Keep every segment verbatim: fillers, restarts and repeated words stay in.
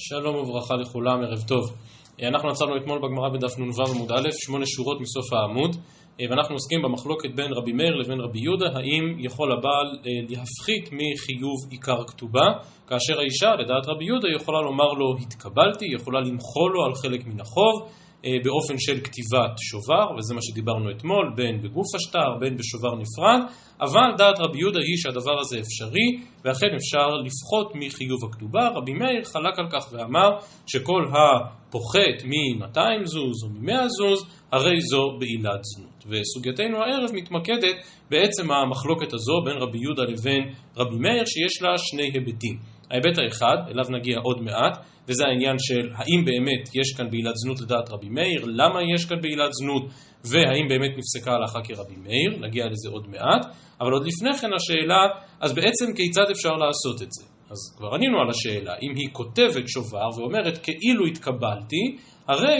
שלום וברכה לכולם, ערב טוב. אנחנו עצרנו אתמול בגמרא בדף נ"ו עמוד א', שמונה שורות מסוף העמוד, ואנחנו עוסקים במחלוקת בין רבי מאיר לבין רבי יהודה, האם יכול הבעל להפחית מחיוב עיקר כתובה, כאשר האישה, לדעת רבי יהודה, יכולה לומר לו התקבלתי, יכולה למחול לו על חלק מן החוב, באופן של כתיבת שובר, וזה מה שדיברנו אתמול, בין בגוף השטר, בין בשובר נפרד, אבל דעת רבי יהודה היא שהדבר הזה אפשרי, ואכן אפשר לפחות מחיוב הכתובה. רבי מאיר חלק על כך ואמר שכל הפוחת מ-מאתיים זוז או מ-מאה זוז, הרי זו בעילת זנות. וסוגייתנו הערב מתמקדת בעצם המחלוקת הזו בין רבי יהודה לבין רבי מאיר, שיש לה שני היבטים. ההיבט האחד, אליו נגיע עוד מעט, וזה העניין של האם באמת יש כאן בעילת זנות לדעת רבי מאיר, למה יש כאן בעילת זנות, והאם באמת נפסקה הלכה כרבי מאיר, נגיע לזה עוד מעט. אבל עוד לפני כן השאלה, אז בעצם כיצד אפשר לעשות את זה? אז כבר ענינו על השאלה, אם היא כותבת שובר ואומרת כאילו התקבלתי, הרי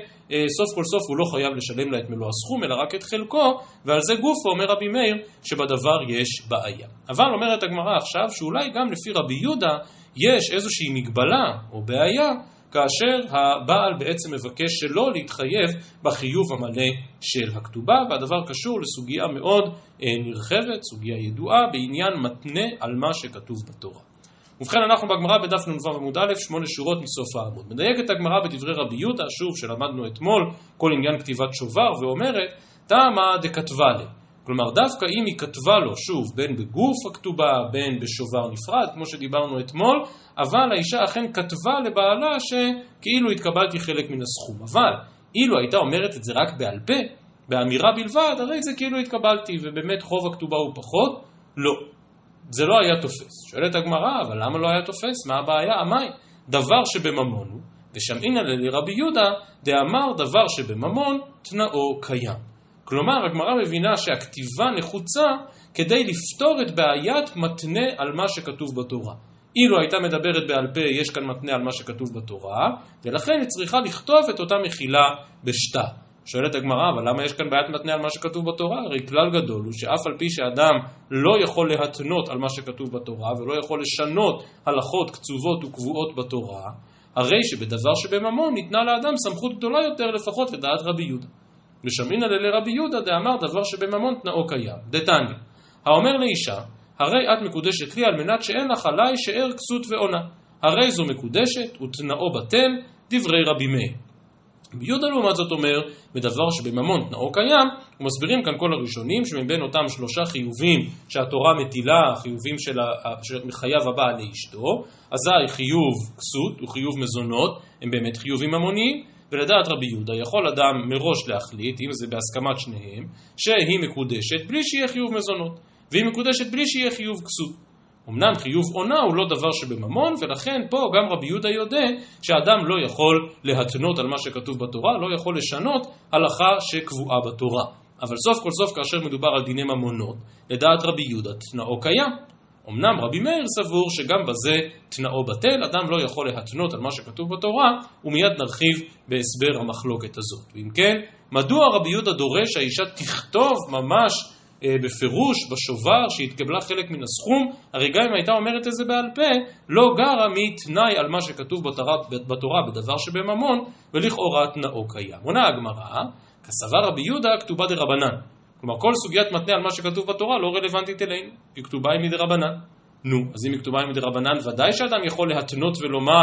שסוף כל סוף הוא לא חייב לשלם לה את מלוא הסכום, אלא רק את חלקו, ועל זה גופו אומר רבי מאיר שבדבר יש בעיה. אבל אומרת הגמרא עכשיו שאולי גם לפי רבי יהודה יש איזושהי מגבלה או בעיה, כאשר הבעל בעצם מבקש שלא להתחייב בחיוב המלא של הכתובה, והדבר קשור לסוגיה מאוד נרחבת, סוגיה ידועה, בעניין מתנה על מה שכתוב בתורה. ובכן אנחנו בגמרא בדף נ"ו עמוד א', שמונה שורות מסוף העמוד. מדייקת הגמרא בדברי רבי יהודה, שוב שלמדנו אתמול כל עניין כתיבת שובר, ואומרת תמה דכתבה לי. כלומר דווקא אם היא כתבה לו, שוב, בין בגוף הכתובה, בין בשובר נפרד, כמו שדיברנו אתמול, אבל האישה אכן כתבה לבעלה שכאילו התקבלתי חלק מן הסכום. אבל אילו הייתה אומרת את זה רק בעל פה, באמירה בלבד, הרי זה כאילו התקבלתי ובאמת חוב הכתובה הוא פחות, לא. זה לא היה תופס. שואלת הגמרא, אבל למה לא היה תופס? מה הבעיה? אמי, דבר שבממון הוא, ושמעינא לרבי יהודה, דאמר דבר שבממון תנאו קיים. כלומר, הגמרא מבינה שהכתיבה נחוצה כדי לפתור את בעיית מתנה על מה שכתוב בתורה. אילו הייתה מדברת בעל פה, יש כאן מתנה על מה שכתוב בתורה, ולכן היא צריכה לכתוב את אותה מחילה בשטר. שואלת הגמרא, אבל למה יש כאן בעיית מתנה על מה שכתוב בתורה? הרי כלל גדול הוא שאף על פי שאדם לא יכול להתנות על מה שכתוב בתורה, ולא יכול לשנות הלכות קצובות וקבועות בתורה, הרי שבדבר שבממון ניתנה לאדם סמכות גדולה יותר לפחות לדעת רבי יהודה. ושמעינא לרבי יהודה דאמר דבר שבממון תנאו קיים. דתניא, האומר לאישה, הרי את מקודשת לי על מנת שאין לך עלי שאר כסות ועונה. הרי זו מקודשת ותנאו בטל, דברי רבי מאיר. רבי יהודה לעומת זאת אומר, בדבר שבממון תנאו קיים, ומסבירים כאן כל הראשונים שמבין אותם שלושה חיובים שהתורה מטילה, חיובים של חייב הבעל לאשתו, אזי חיוב כסות וחיוב מזונות הם באמת חיובים ממוניים, ולדעת רבי יהודה יכול אדם מראש להחליט, אם זה בהסכמת שניהם, שהיא מקודשת בלי שיהיה חיוב מזונות, והיא מקודשת בלי שיהיה חיוב כסות. אמנם חיוב עונה הוא לא דבר שבממון, ולכן פה גם רבי יהודה יודע שאדם לא יכול להתנות על מה שכתוב בתורה, לא יכול לשנות הלכה שקבועה בתורה. אבל סוף כל סוף כאשר מדובר על דיני ממונות, לדעת רבי יהודה תנאו קיים. אמנם רבי מאיר סבור שגם בזה תנאו בטל, אדם לא יכול להתנות על מה שכתוב בתורה, ומיד נרחיב בהסבר המחלוקת הזאת. ואם כן, מדוע רבי יהודה דורש שהאישה תכתוב ממש בפירוש, בשובר, שהתקבלה חלק מן הסכום? הרי גם אם הייתה אומרת את זה בעל פה, לא גרה מתנאי על מה שכתוב בתורה, בתורה בדבר שבממון, ולכאורה תנאו קיים. עונה הגמרא, כסבר רבי יהודה כתובה דרבנן. כלומר, כל סוגיית מתנה על מה שכתוב בתורה לא רלוונטית אלינו, כי כתובה היא מדרבנן. נו, אז אם היא כתובה היא מדרבנן, ודאי שאדם יכול להתנות ולומר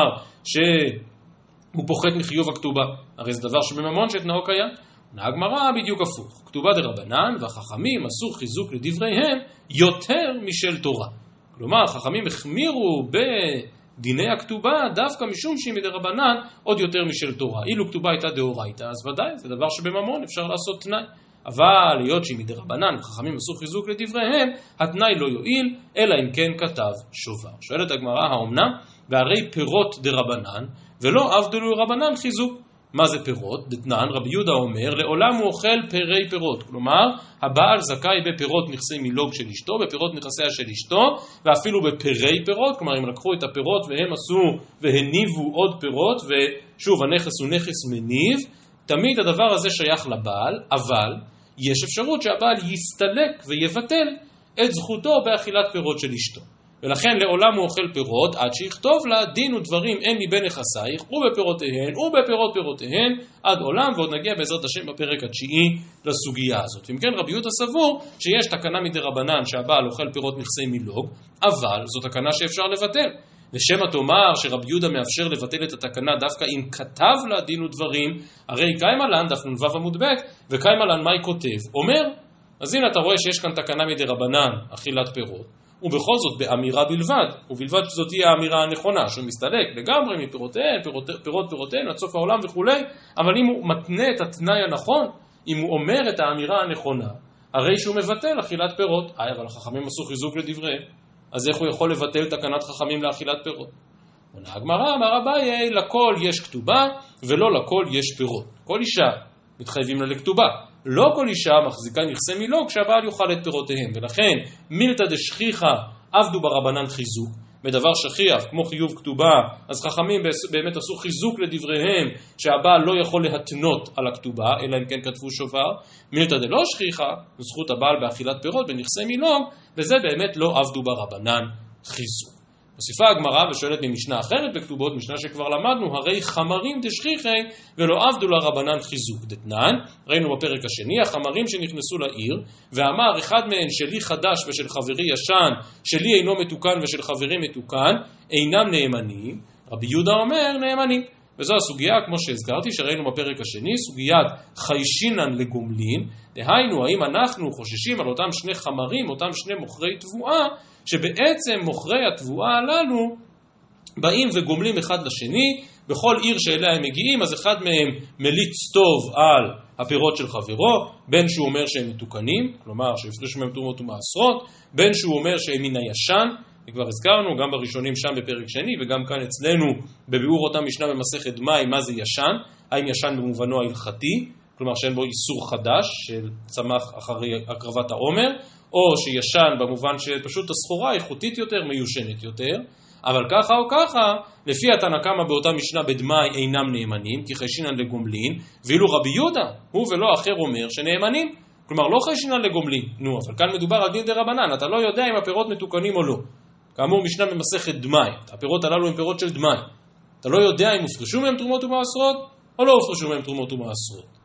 שהוא פוחת מחיוב הכתובה. הרי זה דבר שבממון שתנאו קיים. הגמרא בדיוק הפוך, כתובה דרבנן, והחכמים עשו חיזוק לדבריהם יותר משל תורה. כלומר, חכמים החמירו בדיני הכתובה דווקא משום שהיא מדרבנן עוד יותר משל תורה. אילו כתובה הייתה דאורייתא, אז ודאי, זה דבר שבממון אפשר לעשות תנאי. אבל להיות שהיא מדרבנן וחכמים עשו חיזוק לדבריהם, התנאי לא יועיל, אלא אם כן כתב שובר. שואלת הגמרא, האומנם? והרי פירות דרבנן, ולא אבדלו רבנן חיזוק. מה זה פירות? דתנן, רבי יהודה אומר, לעולם הוא אוכל פירי פירות. כלומר, הבעל זכאי בפירות נכסי מילוג של אשתו, בפירות נכסיה של אשתו, ואפילו בפירי פירות. כלומר, אם לקחו את הפירות והם עשו והניבו עוד פירות, ושוב, הנכס הוא נכס מניב, תמיד הדבר הזה שייך לבעל, אבל יש אפשרות שהבעל יסתלק ויבטל את זכותו באכילת פירות של אשתו. ולכן לעולם הוא אוכל פירות, עד שיכתוב לה דין ודברים אין לי בין נכסייך, ובפירותיהן, ובפירות פירותיהן, עד עולם, ועוד נגיע בעזרת השם בפרק התשיעי לסוגיה הזאת. ואם כן רבי יהודה סבור שיש תקנה מדי רבנן שהבעל אוכל פירות נכסי מילוג, אבל זו תקנה שאפשר לבטל. לשם תאמר שרבי יהודה מאפשר לבטל את התקנה דווקא אם כתב לה דין ודברים, הרי קיימה לן דף נ"ו עמוד ב' וקיימה לן מה היא כותב? אומר, אז הנה אתה רואה שיש כאן תקנה מדי רבנן, אכילת פירות, ובכל זאת באמירה בלבד, ובלבד שזאת תהיה האמירה הנכונה, שהוא מסתלק לגמרי מפירותיהן, פירות, פירות פירותיהן, עד סוף העולם וכו', אבל אם הוא מתנה את התנאי הנכון, אם הוא אומר את האמירה הנכונה, הרי שהוא מבטל אכילת פירות. אה, אבל החכמים עשו חיזוק לדבריהם, אז איך הוא יכול לבטל תקנת חכמים לאכילת פירות? עונה הגמרא, אמר אביי, לכל יש כתובה ולא לכל יש פירות. כל אישה מתחייבים לה לכתובה, לא כל אישה מחזיקה נכסי מילוג כשהבעל יאכל את פירותיהם, ולכן מילתא דשכיחא עבדו ברבנן חיזוק, בדבר שכיח כמו חיוב כתובה, אז חכמים באמת עשו חיזוק לדבריהם שהבעל לא יכול להתנות על הכתובה, אלא אם כן כתבו שובר. מילתא דלא שכיחא, זכות הבעל באכילת פירות בנכסי מילוג, וזה באמת לא עבדו ברבנן חיזוק. מוסיפה הגמרא ושואלת ממשנה אחרת בכתובות, משנה שכבר למדנו, הרי חמרים דשכיחי ולא עבדו לרבנן חיזוק. דתנן, ראינו בפרק השני, החמרים שנכנסו לעיר, ואמר אחד מהן שלי חדש ושל חברי ישן, שלי אינו מתוקן ושל חברי מתוקן, אינם נאמנים. רבי יהודה אומר נאמנים. וזו הסוגיה, כמו שהזכרתי, שראינו בפרק השני, סוגיית חיישינן לגומלין, דהיינו, האם אנחנו חוששים על אותם שני חמרים, אותם שני מוכרי תבואה, שבעצם מוכרי התבואה הללו באים וגומלים אחד לשני, בכל עיר שאליה הם מגיעים, אז אחד מהם מליץ טוב על הפירות של חברו, בין שהוא אומר שהם מתוקנים, כלומר שהפרישו מהם תרומות ומעשרות, בין שהוא אומר שהם מן הישן, וכבר הזכרנו גם בראשונים שם בפרק שני, וגם כאן אצלנו בביאור אותה משנה במסכת דמאי, מה זה ישן, האם ישן במובנו ההלכתי, כלומר שאין בו איסור חדש של צמח אחרי הקרבת העומר, או שישן במובן שפשוט הסחורה איכותית יותר, מיושנת יותר, אבל ככה או ככה, לפי התנא קמא באותה משנה בדמאי אינם נאמנים, כי חיישינן לגומלין, ואילו רבי יהודה, הוא ולא אחר אומר שנאמנים, כלומר לא חיישינן לגומלין, נו, אבל כאן מדובר על דין דרבנן, אתה לא יודע אם הפירות מתוקנים או לא. כאמור משנה במסכת דמאי, הפירות הללו הם פירות של דמאי, אתה לא יודע אם הופרשו מהם תרומות ומעשרות, או לא הופרשו מהם תרומות ומעשרות.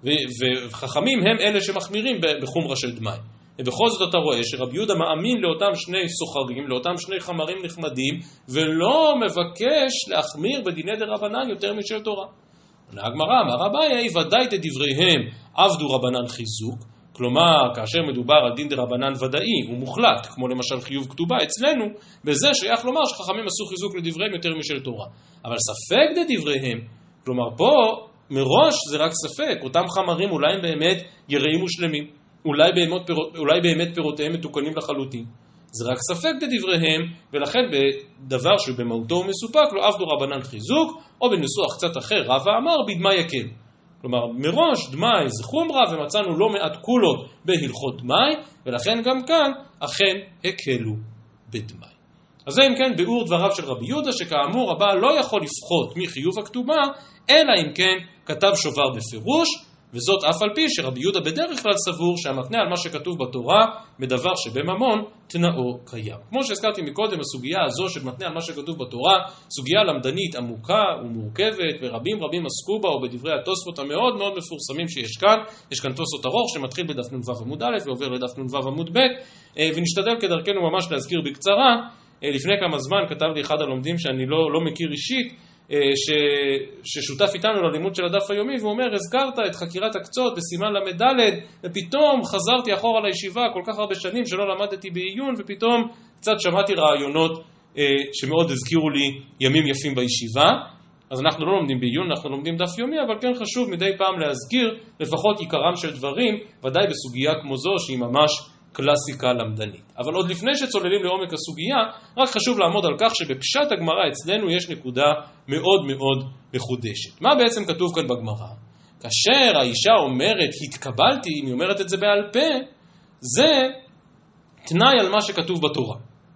וחכמים הם אלה שמחמירים בחומרה של דמאי. ובכל זאת אתה רואה שרבי יהודה מאמין לאותם שני סוחרים, לאותם שני חמרים נחמדים, ולא מבקש להחמיר בדיני דרבנן יותר משל תורה. הגמרא אמר אביי, ודאי דבריהם עבדו רבנן חיזוק, כלומר כאשר מדובר על דין דרבנן ודאי ומוחלט, כמו למשל חיוב כתובה אצלנו, בזה שייך לומר שחכמים עשו חיזוק לדבריהם יותר משל תורה. אבל ספק דבריהם, כלומר פה מראש זה רק ספק, אותם חמרים אולי הם באמת יראים ושלמים, אולי באמת, פירות, אולי באמת פירותיהם מתוקנים לחלוטין. זה רק ספק דבריהם, ולכן בדבר שבמהותו הוא מסופק, לא עבדו רבנן חיזוק, או בניסוח קצת אחר, רבא אמר, בדמאי יקל. כלומר, מראש דמאי זה חומרה, ומצאנו לא מעט קולות בהלכות דמאי, ולכן גם כאן אכן הקלו בדמאי. אז זה אם כן ביאור דבריו של רבי יהודה, שכאמור הבעל לא יכול לפחות מחיוב הכתובה, אלא אם כן כתב שובר בפירוש, וזאת אף על פי שרבי יהודה בדרך כלל סבור שהמתנה על מה שכתוב בתורה בדבר שבממון תנאו קיים. כמו שהזכרתי מקודם, הסוגיה הזו של מתנה על מה שכתוב בתורה, סוגיה למדנית עמוקה ומורכבת, ורבים רבים עסקו בה, או בדברי התוספות המאוד מאוד מפורסמים שיש כאן. יש כאן תוספות ארוך שמתחיל בדף נ"ו עמוד א' ועובר לדף נ"ו עמוד ב', ונשתדל כדרכנו ממש להזכיר בקצרה. לפני כמה זמן כתב לי אחד הלומדים שאני לא, לא מכיר אישית, ש... ששותף איתנו ללימוד של הדף היומי, והוא אומר, הזכרת את חקירת הקצות בסימן למדלת, ופתאום חזרתי אחורה לישיבה כל כך הרבה שנים שלא למדתי בעיון, ופתאום קצת שמעתי רעיונות שמאוד הזכירו לי ימים יפים בישיבה. אז אנחנו לא לומדים בעיון, אנחנו לומדים דף יומי, אבל כן חשוב מדי פעם להזכיר לפחות עיקרם של דברים, ודאי בסוגיה כמו זו שהיא ממש קלאסיקה למדנית. אבל עוד לפני שצוללים לעומק הסוגיה, רק חשוב לעמוד על כך שבפשט הגמרא אצלנו יש נקודה מאוד מאוד מחודשת. מה בעצם כתוב כאן בגמרא? כאשר האישה אומרת התקבלתי, אם היא אומרת את זה בעל פה, זה תנאי על מה שכתוב בתורה.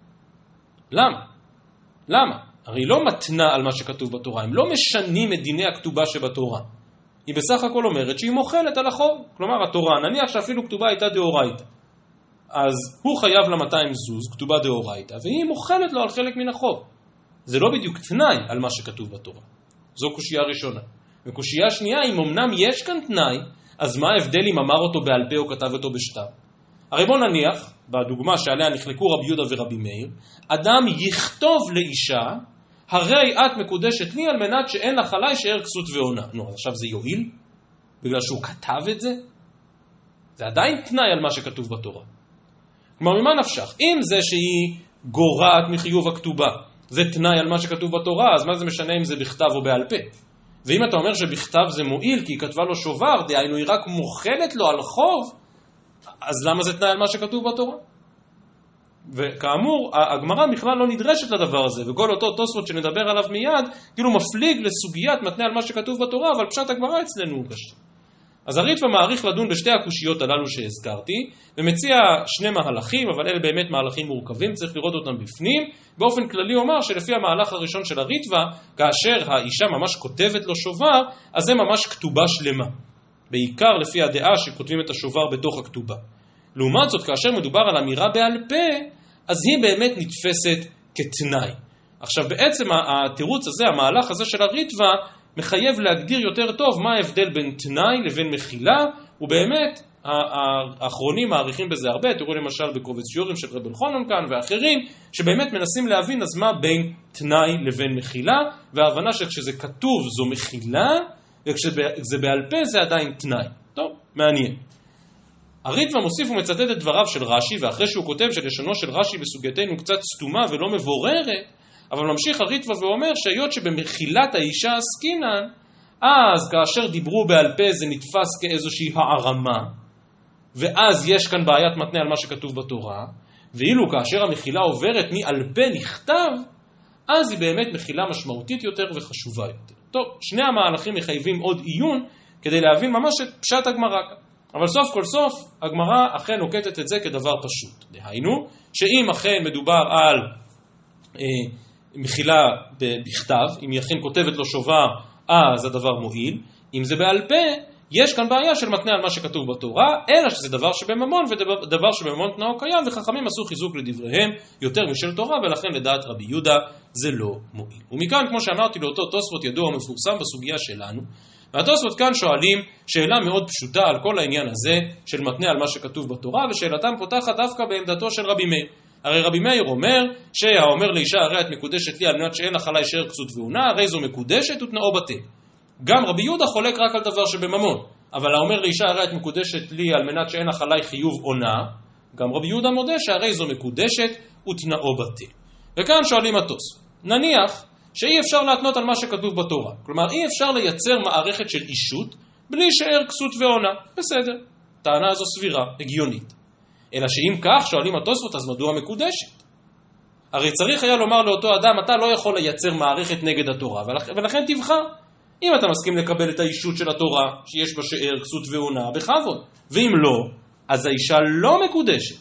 למה? למה? הרי היא לא מתנה על מה שכתוב בתורה, הם לא משנים את דיני הכתובה שבתורה. היא בסך הכל אומרת שהיא מוחלת על החוב. כלומר התורה, נניח שאפילו כתובה הייתה דאורייתא, אז הוא חייב לה מאתיים זוז, כתובה דאורייתא, והיא מוכלת לו על חלק מן החוב. זה לא בדיוק תנאי על מה שכתוב בתורה. זו קושייה ראשונה. וקושייה שנייה, אם אמנם יש כאן תנאי, אז מה ההבדל אם אמר אותו בעל פה או כתב אותו בשטר? הרי בוא נניח, בדוגמה שעליה נחלקו רבי יהודה ורבי מאיר, אדם יכתוב לאישה, הרי את מקודשת לי על מנת שאין לך עליי שאר כסות ועונה. נו, אז עכשיו זה יועיל? בגלל שהוא כתב את זה? זה עדיין תנאי על מה שכתוב בתורה. כלומר, ממה נפשך? אם זה שהיא גורעת מחיוב הכתובה, זה תנאי על מה שכתוב בתורה, אז מה זה משנה אם זה בכתב או בעל פה? ואם אתה אומר שבכתב זה מועיל, כי היא כתבה לו שובר, דהיינו היא רק מוכלת לו על חוב, אז למה זה תנאי על מה שכתוב בתורה? וכאמור, הגמרא בכלל לא נדרשת לדבר הזה, וכל אותו תוספות שנדבר עליו מיד, כאילו מפליג לסוגיית מתנה על מה שכתוב בתורה, אבל פשט הגמרא אצלנו הוא קשה. אז הריטב"א מעריך לדון בשתי הקושיות הללו שהזכרתי, ומציע שני מהלכים, אבל אלה באמת מהלכים מורכבים, צריך לראות אותם בפנים. באופן כללי אומר שלפי המהלך הראשון של הריטב"א, כאשר האישה ממש כותבת לו שובר, אז זה ממש כתובה שלמה. בעיקר לפי הדעה שכותבים את השובר בתוך הכתובה. לעומת זאת, כאשר מדובר על אמירה בעל פה, אז היא באמת נתפסת כתנאי. עכשיו בעצם התירוץ הזה, המהלך הזה של הריטב"א, מחייב להגדיר יותר טוב מה ההבדל בין תנאי לבין מחילה, ובאמת האחרונים מעריכים בזה הרבה, תראו למשל בקובץ שיעורים של רב אלחנן כאן ואחרים, שבאמת מנסים להבין אז מה בין תנאי לבין מחילה, וההבנה שכשזה כתוב זו מחילה, וכשזה בעל פה זה עדיין תנאי. טוב, מעניין. הריטב"א מוסיף ומצטט את דבריו של רש"י, ואחרי שהוא כותב שלשונו של רש"י בסוגייתנו קצת סתומה ולא מבוררת, אבל ממשיך הריטב"א ואומר שהיות שבמחילת האישה עסקינן, אז כאשר דיברו בעל פה זה נתפס כאיזושהי הערמה, ואז יש כאן בעיית מתנה על מה שכתוב בתורה, ואילו כאשר המחילה עוברת מעל פה נכתב, אז היא באמת מחילה משמעותית יותר וחשובה יותר. טוב, שני המהלכים מחייבים עוד עיון כדי להבין ממש את פשט הגמרא. אבל סוף כל סוף הגמרא אכן נוקטת את זה כדבר פשוט. דהיינו, שאם אכן מדובר על אה, מחילה בכתב, אם היא אכן כותבת לו שובר, אז הדבר מועיל. אם זה בעל פה, יש כאן בעיה של מתנה על מה שכתוב בתורה, אלא שזה דבר שבממון, ודבר שבממון תנאו קיים, וחכמים עשו חיזוק לדבריהם יותר משל תורה, ולכן לדעת רבי יהודה זה לא מועיל. ומכאן, כמו שאמרתי, לאותו תוספות ידוע ומפורסם בסוגיה שלנו, והתוספות כאן שואלים שאלה מאוד פשוטה על כל העניין הזה של מתנה על מה שכתוב בתורה, ושאלתם פותחת דווקא בעמדתו של רבי מאיר. הרי רבי מאיר אומר שהאומר לאישה הרי את מקודשת לי על מנת שאין לך עלי שאר כסות ועונה, הרי זו מקודשת ותנאו בטל. גם רבי יהודה חולק רק על דבר שבממון, אבל האומר לאישה הרי את מקודשת לי על מנת שאין לך עלי חיוב עונה, גם רבי יהודה מודה שהרי זו מקודשת ותנאו בטל. וכאן שואלים התוספות, נניח שאי אפשר להתנות על מה שכתוב בתורה, כלומר אי אפשר לייצר מערכת של אישות בלי שאר כסות ועונה, בסדר, טענה הזו סבירה, הגיונית. אלא שאם כך שואלים התוספות, אז מדוע מקודשת? הרי צריך היה לומר לאותו אדם, אתה לא יכול לייצר מערכת נגד התורה, ולכן תבחר. אם אתה מסכים לקבל את האישות של התורה, שיש בה שאר כסות ועונה, בכבוד. ואם לא, אז האישה לא מקודשת.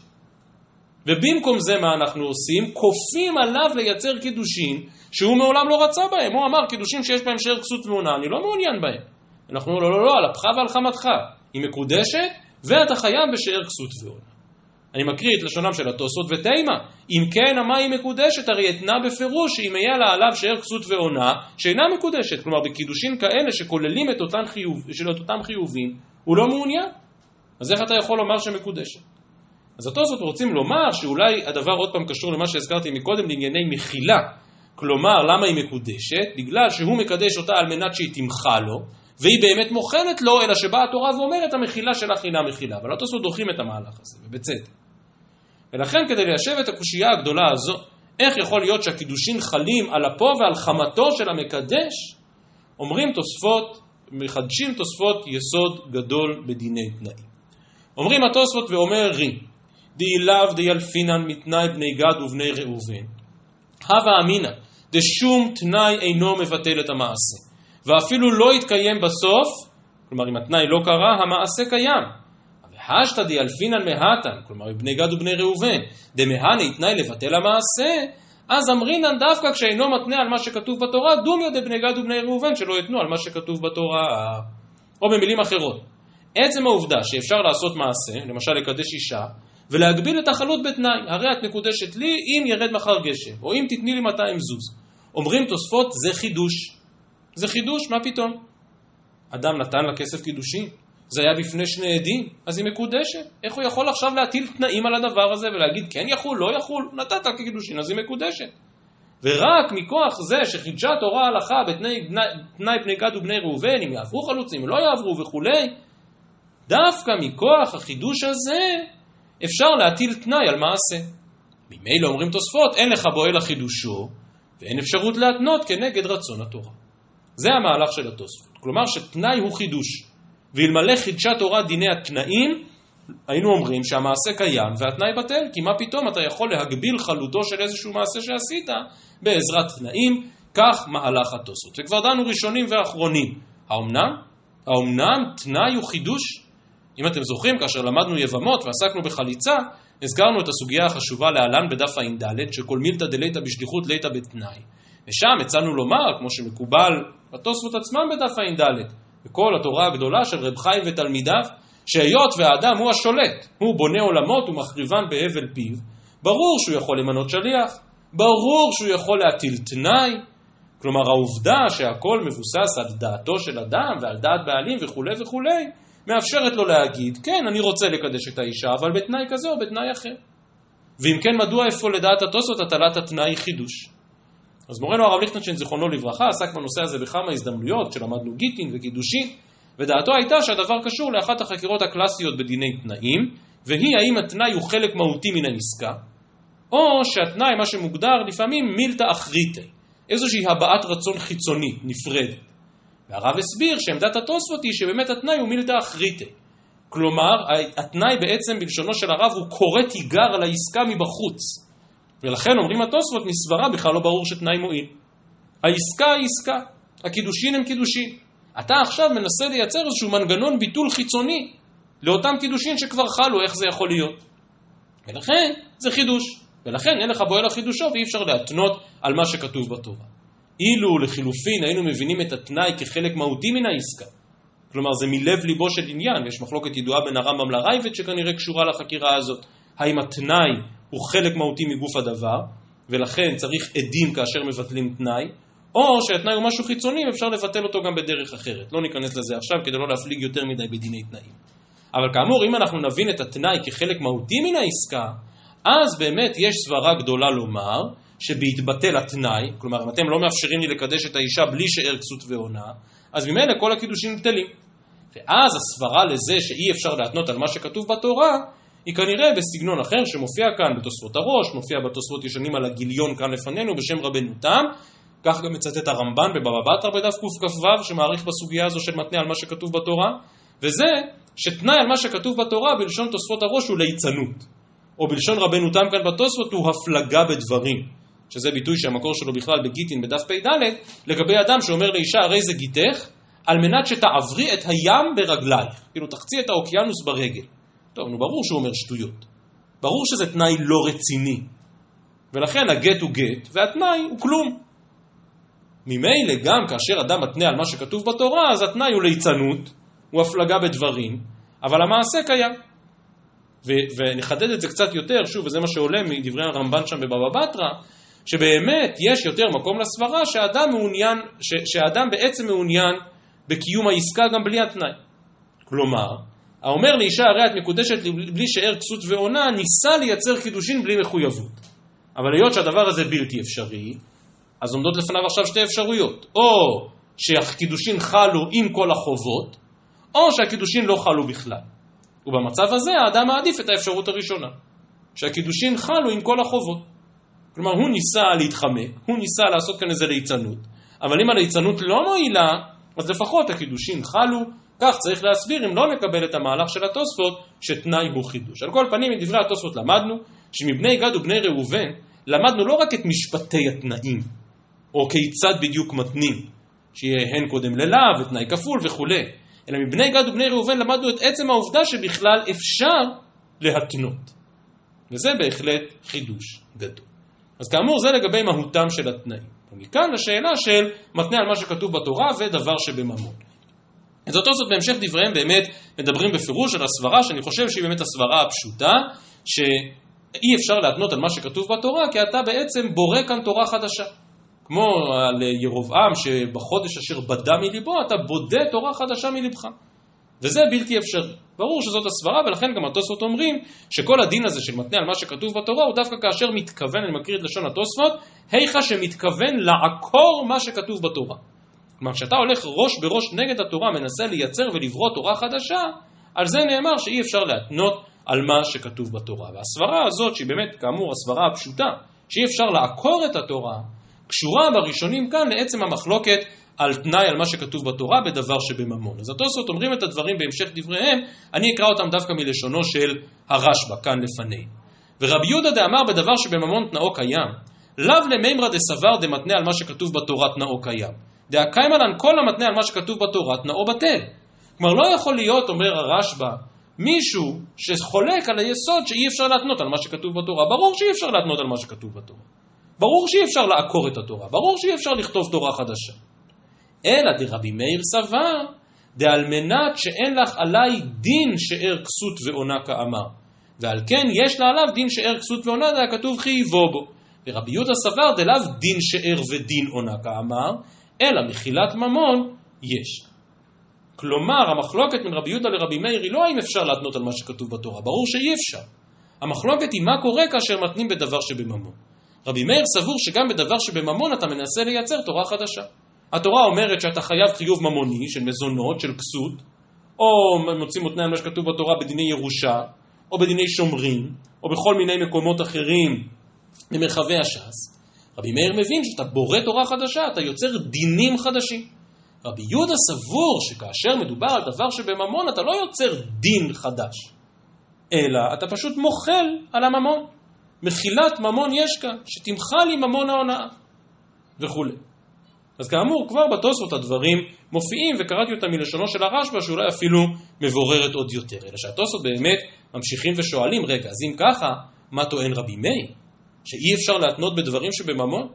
ובמקום זה מה אנחנו עושים? כופים עליו לייצר קידושין, שהוא מעולם לא רצה בהם. הוא אמר, קידושין שיש בהם שאר כסות ועונה, אני לא מעוניין בהם. אנחנו אומרים, לא, לא, לא, על אפך ועל חמתך. היא מקודשת, ואתה חייב בשאר כסות ועונה. אני מקריא את לשונם של התוספות ותימה, אם כן המה היא מקודשת, הרי אתנה בפירוש שאם היה לה עליו שאר כסות ועונה, שאינה מקודשת, כלומר בקידושין כאלה שכוללים את אותן, חיוב, של אותם חיובים, הוא לא מעוניין. אז איך אתה יכול לומר שמקודשת? אז התוספות רוצים לומר שאולי הדבר עוד פעם קשור למה שהזכרתי מקודם לענייני מחילה, כלומר למה היא מקודשת? בגלל שהוא מקדש אותה על מנת שהיא תמחה לו, והיא באמת מוכנת לו, אלא שבאה התורה ואומרת המחילה שלך אינה מחילה, אבל התוספות דוחים את המהלך הזה, ובצדק. ולכן כדי ליישב את הקושייה הגדולה הזו, איך יכול להיות שהקידושין חלים על אפו ועל חמתו של המקדש? אומרים תוספות, מחדשים תוספות יסוד גדול בדיני תנאים. אומרים התוספות ואומר רי, די לאו די אלפינן מתנאי בני גד ובני ראובן, הווה אמינא, דשום תנאי אינו מבטל את המעשה, ואפילו לא יתקיים בסוף, כלומר אם התנאי לא קרה, המעשה קיים. והשתא די אלפינן מהתן, כלומר בני גד ובני ראובן, דמהני תנאי לבטל המעשה, אז אמרינן דווקא כשאינו מתנה על מה שכתוב בתורה, דומיו דבני גד ובני ראובן שלא יתנו על מה שכתוב בתורה. או במילים אחרות, עצם העובדה שאפשר לעשות מעשה, למשל לקדש אישה, ולהגביל את החלות בתנאי. הרי את מקודשת לי אם ירד מחר גשם, או אם תתני לי מאתיים זוז. אומרים תוספות, זה חידוש. זה חידוש, מה פתאום? אדם נתן לה כסף קידושין, זה היה בפני שני עדים, אז היא מקודשת. איך הוא יכול עכשיו להטיל תנאים על הדבר הזה ולהגיד כן יחול, לא יחול? נתת קידושין, אז היא מקודשת. ורק מכוח זה שחידשה תורה הלכה בתנאי תנאי בני גד ובני ראובן, אם יעברו חלוצים, לא יעברו וכולי, דווקא מכוח החידוש הזה אפשר להטיל תנאי על מעשה. ממילא אומרים תוספות, אין לך בו אלא חידושו, ואין אפשרות להתנות כנגד רצון התורה. זה המהלך של התוספות. כלומר שתנאי הוא חידוש, ואלמלא חידשה תורה דיני התנאים, היינו אומרים שהמעשה קיים והתנאי בטל, כי מה פתאום אתה יכול להגביל חלותו של איזשהו מעשה שעשית בעזרת תנאים, כך מהלך התוספות. וכבר דנו ראשונים ואחרונים. האומנם? האומנם תנאי הוא חידוש? אם אתם זוכרים, כאשר למדנו יבמות ועסקנו בחליצה, הזכרנו את הסוגיה החשובה להלן בדף הע"ד, שכל מילתא דליתא בשליחות ליתא בתנאי. ושם הצענו לומר, כמו שמקובל בתוספות עצמם בדף הע"ד, בכל התורה הגדולה של רב חיים ותלמידיו, שהיות והאדם הוא השולט, הוא בונה עולמות ומחריבן בהבל פיו, ברור שהוא יכול למנות שליח, ברור שהוא יכול להטיל תנאי, כלומר העובדה שהכל מבוסס על דעתו של אדם ועל דעת בעלים וכו' וכו', מאפשרת לו להגיד, כן, אני רוצה לקדש את האישה, אבל בתנאי כזה או בתנאי אחר. ואם כן, מדוע איפה לדעת התוספות הטלת התנאי חידוש? אז מורנו הרב ליכטנשטיין זיכרונו לברכה עסק בנושא הזה בכמה הזדמנויות, כשלמדנו גיטין וקידושין, ודעתו הייתה שהדבר קשור לאחת החקירות הקלאסיות בדיני תנאים, והיא האם התנאי הוא חלק מהותי מן העסקה, או שהתנאי, מה שמוגדר לפעמים מילתא אחריתי, איזושהי הבעת רצון חיצונית, נפרדת. והרב הסביר שעמדת התוספות היא שבאמת התנאי הוא מילתא אחריתי. כלומר, התנאי בעצם בלשונו של הרב הוא קורא תיגר על העסקה מבחוץ. ולכן אומרים התוספות מסברה בכלל לא ברור שתנאי מועיל. העסקה היא עסקה, הקידושין הם קידושין. אתה עכשיו מנסה לייצר איזשהו מנגנון ביטול חיצוני לאותם קידושין שכבר חלו, איך זה יכול להיות? ולכן זה חידוש. ולכן אין לך בו אלא חידושו ואי אפשר להתנות על מה שכתוב בתורה. אילו לחילופין היינו מבינים את התנאי כחלק מהותי מן העסקה, כלומר זה מלב ליבו של עניין, ויש מחלוקת ידועה בין הרמב"ם לרייבד שכנראה קשורה לחקירה הזאת, האם התנאי הוא חלק מהותי מגוף הדבר, ולכן צריך עדים כאשר מבטלים תנאי, או שהתנאי הוא משהו חיצוני ואפשר לבטל אותו גם בדרך אחרת. לא ניכנס לזה עכשיו כדי לא להפליג יותר מדי בדיני תנאים. אבל כאמור, אם אנחנו נבין את התנאי כחלק מהותי מן העסקה, אז באמת יש סברה גדולה לומר שבהתבטל התנאי, כלומר אם אתם לא מאפשרים לי לקדש את האישה בלי שאר כסות ועונה, אז ממילא כל הקידושים בטלים. ואז הסברה לזה שאי אפשר להתנות על מה שכתוב בתורה, היא כנראה בסגנון אחר שמופיע כאן בתוספות הראש, מופיע בתוספות ישנים על הגיליון כאן לפנינו בשם רבנו תם, כך גם מצטט הרמב"ן בבבא בתרא בדף קכ"ו שמעריך בסוגיה הזו של מתנה על מה שכתוב בתורה, וזה שתנאי על מה שכתוב בתורה בלשון תוספות הראש הוא ליצנות, או בלשון רבנו תם כאן בתוספות הוא הפלגה בדברים, שזה ביטוי שהמקור שלו בכלל בגיטין בדף פ"ד, לגבי אדם שאומר לאישה הרי זה גיתך, על מנת שתעברי את הים ברגלייך, כאילו תחצי את האוקיינוס ברגל. טוב, נו ברור שהוא אומר שטויות, ברור שזה תנאי לא רציני, ולכן הגט הוא גט והתנאי הוא כלום. ממילא גם כאשר אדם מתנה על מה שכתוב בתורה, אז התנאי הוא ליצנות, הוא הפלגה בדברים, אבל המעשה קיים. ו- ונחדד את זה קצת יותר, שוב, וזה מה שעולה מדברי הרמב"ן שם בבבא בתרא, שבאמת יש יותר מקום לסברה שהאדם מעוניין, ש- שהאדם בעצם מעוניין בקיום העסקה גם בלי התנאי. כלומר, האומר לאישה הרי את מקודשת בלי שאר כסות ועונה, ניסה לייצר קידושין בלי מחויבות. אבל היות שהדבר הזה בלתי אפשרי, אז עומדות לפניו עכשיו שתי אפשרויות, או שהקידושין חלו עם כל החובות, או שהקידושין לא חלו בכלל. ובמצב הזה האדם מעדיף את האפשרות הראשונה, שהקידושין חלו עם כל החובות. כלומר הוא ניסה להתחמק, הוא ניסה לעשות כאן איזה ליצנות, אבל אם הליצנות לא מועילה, אז לפחות הקידושין חלו, כך צריך להסביר אם לא נקבל את המהלך של התוספות שתנאי הוא חידוש. על כל פנים מדברי התוספות למדנו שמבני גד ובני ראובן למדנו לא רק את משפטי התנאים, או כיצד בדיוק מתנים, שיהיה הן קודם ללאו ותנאי כפול וכו', אלא מבני גד ובני ראובן למדנו את עצם העובדה שבכלל אפשר להתנות. וזה בהחלט חידוש גדול. אז כאמור זה לגבי מהותם של התנאים. ומכאן לשאלה של מתנה על מה שכתוב בתורה ודבר שבממון. אז אותו זאת בהמשך דבריהם באמת מדברים בפירוש על הסברה, שאני חושב שהיא באמת הסברה הפשוטה, שאי אפשר להתנות על מה שכתוב בתורה, כי אתה בעצם בורא כאן תורה חדשה. כמו על ירובעם שבחודש אשר בדה מליבו, אתה בודה תורה חדשה מלבך. וזה בלתי אפשרי. ברור שזאת הסברה, ולכן גם התוספות אומרים שכל הדין הזה של מתנה על מה שכתוב בתורה, הוא דווקא כאשר מתכוון, אני מקריא את לשון התוספות, היכה שמתכוון לעקור מה שכתוב בתורה. כלומר, כשאתה הולך ראש בראש נגד התורה, מנסה לייצר ולברוא תורה חדשה, על זה נאמר שאי אפשר להתנות על מה שכתוב בתורה. והסברה הזאת, שהיא באמת כאמור הסברה הפשוטה, שאי אפשר לעקור את התורה, קשורה בראשונים כאן לעצם המחלוקת על תנאי על מה שכתוב בתורה בדבר שבממון. אז התוספות אומרים את הדברים בהמשך דבריהם, אני אקרא אותם דווקא מלשונו של הרשב"א, כאן לפני. ורבי יהודה דאמר בדבר שבממון תנאו קיים, לאו למימרא דסבר דמתנה על מה שכתוב בתורה תנאו קיים. דאקיימא לן כל המתנה על מה שכתוב בתורה תנאו בטל. כלומר לא יכול להיות, אומר הרשב"א, מישהו שחולק על היסוד שאי אפשר להתנות על מה שכתוב בתורה. ברור שאי אפשר להתנות על מה שכתוב בתורה. ברור שאי אפשר לעקור את התורה. ברור שאי אפשר לכתוב תורה חדשה. אלא דרבי מאיר סבר, דעל מנת שאין לך עליי דין שאר כסות ועונה כאמר. ועל כן יש לה עליו דין שאר כסות ועונה, זה הכתוב חייבו בו. ורבי יהודה סבר דלאו דין שאר ודין עונה כאמר, אלא מחילת ממון יש. כלומר, המחלוקת בין רבי יהודה לרבי מאיר היא לא האם אפשר להתנות על מה שכתוב בתורה, ברור שאי אפשר. המחלוקת היא מה קורה כאשר מתנים בדבר שבממון. רבי מאיר סבור שגם בדבר שבממון אתה מנסה לייצר תורה חדשה. התורה אומרת שאתה חייב חיוב ממוני של מזונות, של כסות, או מוצאים אותניים מה שכתוב בתורה בדיני ירושה, או בדיני שומרים, או בכל מיני מקומות אחרים במרחבי הש"ס. רבי מאיר מבין שאתה בורא תורה חדשה, אתה יוצר דינים חדשים. רבי יהודה סבור שכאשר מדובר על דבר שבממון אתה לא יוצר דין חדש, אלא אתה פשוט מוחל על הממון. מחילת ממון יש כאן, שתמחל עם ממון ההונאה וכו'. אז כאמור, כבר בתוספות הדברים מופיעים, וקראתי אותם מלשונו של הרשב"א, שאולי אפילו מבוררת עוד יותר. אלא שהתוספות באמת ממשיכים ושואלים, רגע, אז אם ככה, מה טוען רבי מאיר? שאי אפשר להתנות בדברים שבממון?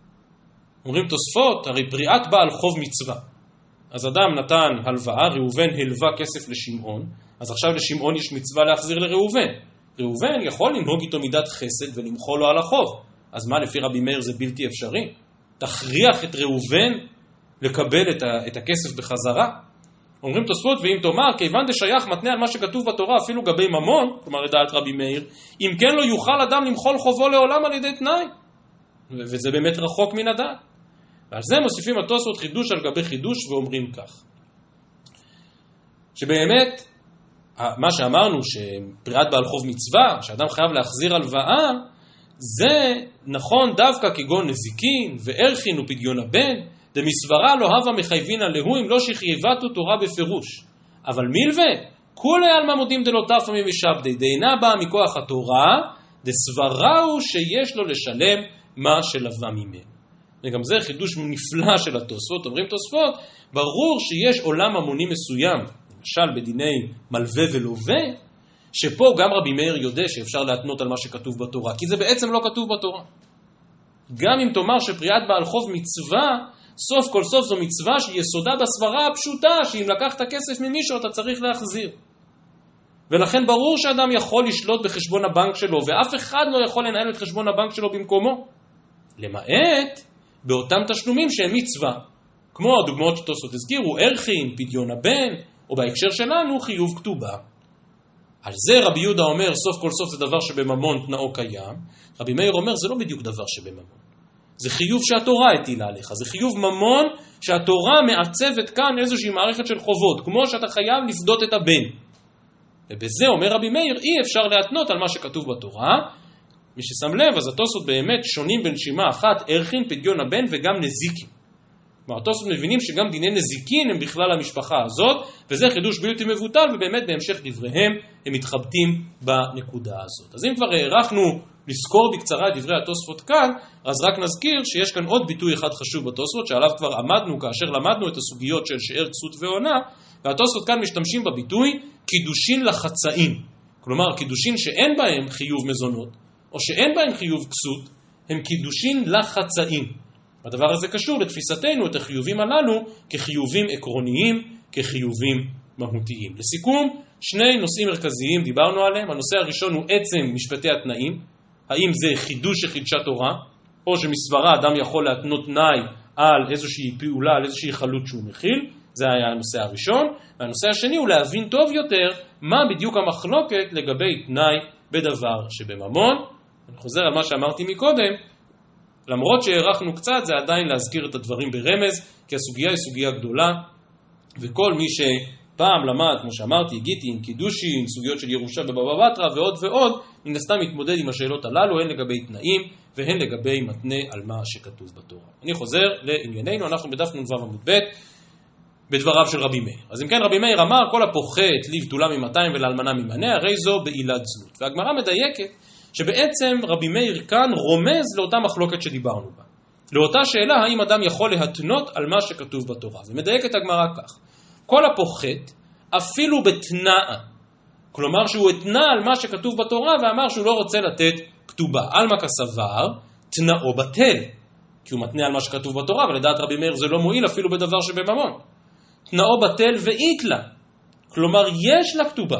אומרים תוספות, הרי פריעת בעל חוב מצווה. אז אדם נתן הלוואה, ראובן הלווה כסף לשמעון, אז עכשיו לשמעון יש מצווה להחזיר לראובן. ראובן יכול לנהוג איתו מידת חסד ולמחול לו על החוב. אז מה לפי רבי מאיר זה בלתי אפשרי? תכריח את ראובן לקבל את, ה, את הכסף בחזרה. אומרים תוספות, ואם תאמר, כיוון דשייך מתנה על מה שכתוב בתורה אפילו גבי ממון, כלומר לדעת רבי מאיר, אם כן לא יוכל אדם למחול חובו לעולם על ידי תנאי. וזה באמת רחוק מן הדעת. ועל זה מוסיפים התוספות חידוש על גבי חידוש ואומרים כך. שבאמת, מה שאמרנו, שפריעת בעל חוב מצווה, שאדם חייב להחזיר הלוואה, זה נכון דווקא כגון נזיקין וערכין ופדיון הבן, דמסברה לא הווה מחייבינה להו אם לא שחייבתו תורה בפירוש. אבל מלווה, כולי עלמא מודים דלא תפא ממשעבדי, דאינה באה מכוח התורה, דסברה הוא שיש לו לשלם מה שלווה ממנו. וגם זה חידוש נפלא של התוספות. אומרים תוספות, ברור שיש עולם ממוני מסוים, למשל בדיני מלווה ולווה, שפה גם רבי מאיר יודע שאפשר להתנות על מה שכתוב בתורה, כי זה בעצם לא כתוב בתורה. גם אם תאמר שפריעת בעל חוב מצווה, סוף כל סוף זו מצווה שיסודה בסברה הפשוטה, שאם לקחת כסף ממישהו אתה צריך להחזיר. ולכן ברור שאדם יכול לשלוט בחשבון הבנק שלו, ואף אחד לא יכול לנהל את חשבון הבנק שלו במקומו. למעט באותם תשלומים שהם מצווה, כמו הדוגמאות שתוספות הזכירו, ערכין, פדיון הבן, או בהקשר שלנו חיוב כתובה. על זה רבי יהודה אומר, סוף כל סוף זה דבר שבממון תנאו קיים. רבי מאיר אומר, זה לא בדיוק דבר שבממון. זה חיוב שהתורה הטילה עליך. זה חיוב ממון שהתורה מעצבת כאן איזושהי מערכת של חובות, כמו שאתה חייב לפדות את הבן. ובזה אומר רבי מאיר, אי אפשר להתנות על מה שכתוב בתורה. מי ששם לב, אז התוספות באמת שונים בנשימה אחת, ערכין, פדיון הבן וגם נזיקין. כלומר, התוספות מבינים שגם דיני נזיקין הם בכלל המשפחה הזאת, וזה חידוש בלתי מבוטל, ובאמת בהמשך דבריהם הם מתחבטים בנקודה הזאת. אז אם כבר הערכנו לזכור בקצרה את דברי התוספות כאן, אז רק נזכיר שיש כאן עוד ביטוי אחד חשוב בתוספות, שעליו כבר עמדנו כאשר למדנו את הסוגיות של שאר כסות ועונה, והתוספות כאן משתמשים בביטוי קידושין לחצאים. כלומר, קידושין שאין בהם חיוב מזונות, או שאין בהם חיוב כסות, הם קידושין לחצאים. הדבר הזה קשור לתפיסתנו את החיובים הללו כחיובים עקרוניים כחיובים מהותיים. לסיכום, שני נושאים מרכזיים דיברנו עליהם. הנושא הראשון הוא עצם משפטי התנאים. האם זה חידוש שחידשה תורה, או שמסברה אדם יכול להתנות תנאי על איזושהי פעולה, על איזושהי חלות שהוא מכיל. זה היה הנושא הראשון. והנושא השני הוא להבין טוב יותר מה בדיוק המחלוקת לגבי תנאי בדבר שבממון. אני חוזר על מה שאמרתי מקודם, למרות שהערכנו קצת, זה עדיין להזכיר את הדברים ברמז, כי הסוגיה היא סוגיה גדולה, וכל מי שפעם למד, כמו שאמרתי, הגיתי עם קידושי, עם סוגיות של ירושה בבבא בתרא ועוד ועוד, מן הסתם מתמודד עם השאלות הללו, הן לגבי תנאים והן לגבי מתנה על מה שכתוב בתורה. אני חוזר לענייננו, אנחנו בדף נ"ו עמוד ב' בדבריו של רבי מאיר. אז אם כן, רבי מאיר אמר, כל הפוחת לבתולה ממאתיים ולאלמנה ממנה, הרי זו בעילת זנות. והגמרא מדייקת שבעצם רבי מאיר כאן רומז לאותה מחלוקת שדיברנו בה. לאותה שאלה, האם אדם יכול להתנות על מה שכתוב בתורה. ומדייקת הגמרא כך, כל הפוחת אפילו בתנאה, כלומר שהוא התנה על מה שכתוב בתורה ואמר שהוא לא רוצה לתת כתובה. אלמה כסבר, תנאו בטל, כי הוא מתנה על מה שכתוב בתורה, ולדעת רבי מאיר זה לא מועיל אפילו בדבר שבממון. תנאו בטל ואיתלה, כלומר יש לה כתובה,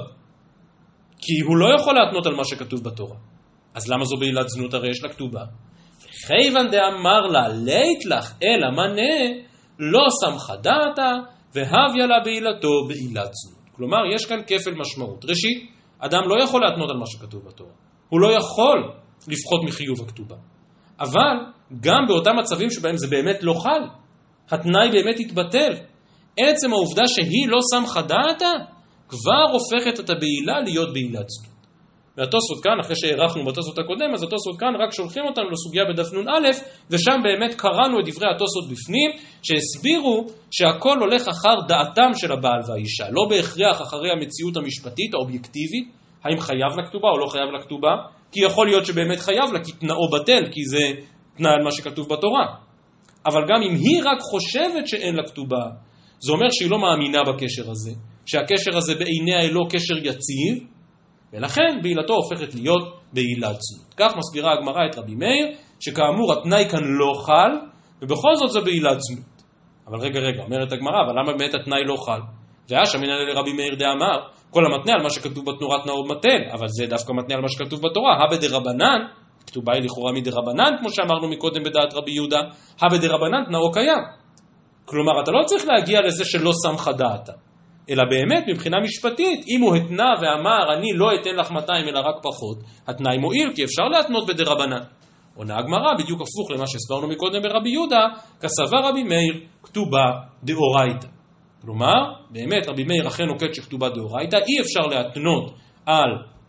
כי הוא לא יכול להתנות על מה שכתוב בתורה. אז למה זו בעילת זנות? הרי יש לה כתובה. חייבן דאמר לה לית לך אלא מנה, לא סמכה דעתה והביה לה בעילתו בעילת זנות. כלומר יש כאן כפל משמעות. ראשית, אדם לא יכול להתנות על מה שכתוב בתורה, הוא לא יכול לפחות מחיוב הכתובה. אבל גם באותם מצבים שבהם זה באמת לא חל, התנאי באמת יתבטל, עצם העובדה שהיא לא סמכה דעתה כבר הופכת את הבעילה להיות בעילת זנות. והתוספות כאן, אחרי שהערכנו בתוספות הקודם, אז התוספות כאן רק שולחים אותנו לסוגיה בדף נ"א, ושם באמת קראנו את דברי התוספות בפנים, שהסבירו שהכל הולך אחר דעתם של הבעל והאישה, לא בהכרח אחרי המציאות המשפטית האובייקטיבית, האם חייב לכתובה או לא חייב לכתובה, כי יכול להיות שבאמת חייב לה, כי תנאו בטל, כי זה תנאי על מה שכתוב בתורה. אבל גם אם היא רק חושבת שאין לה כתובה, זה אומר שהיא לא מאמינה בקשר הזה, שהקשר הזה בעיניה לא קשר יציב, ולכן בעילתו הופכת להיות בעילת זנות. כך מסבירה הגמרא את רבי מאיר, שכאמור התנאי כאן לא חל, ובכל זאת זה בעילת זנות. אבל רגע רגע, אומרת הגמרא, אבל למה באמת התנאי לא חל? והשם מנהל לרבי מאיר דאמר, כל המתנה על מה שכתוב בתורה תנאו בטל, אבל זה דווקא מתנה על מה שכתוב בתורה, הווה דרבנן, כתובה היא לכאורה מדרבנן, כמו שאמרנו מקודם בדעת רבי יהודה, הווה דרבנן תנאו קיים. כלומר, אתה לא צריך להגיע לזה שלא סמכה דעתה, אלא באמת מבחינה משפטית, אם הוא התנה ואמר אני לא אתן לך מאתיים אלא רק פחות, התנאי מועיל, כי אפשר להתנות בדרבנן. עונה הגמרא בדיוק הפוך למה שהסברנו מקודם ברבי יהודה, כסבר רבי מאיר כתובה דאורייתא. כלומר, באמת רבי מאיר אכן נוקט שכתובה דאורייתא, אי אפשר להתנות על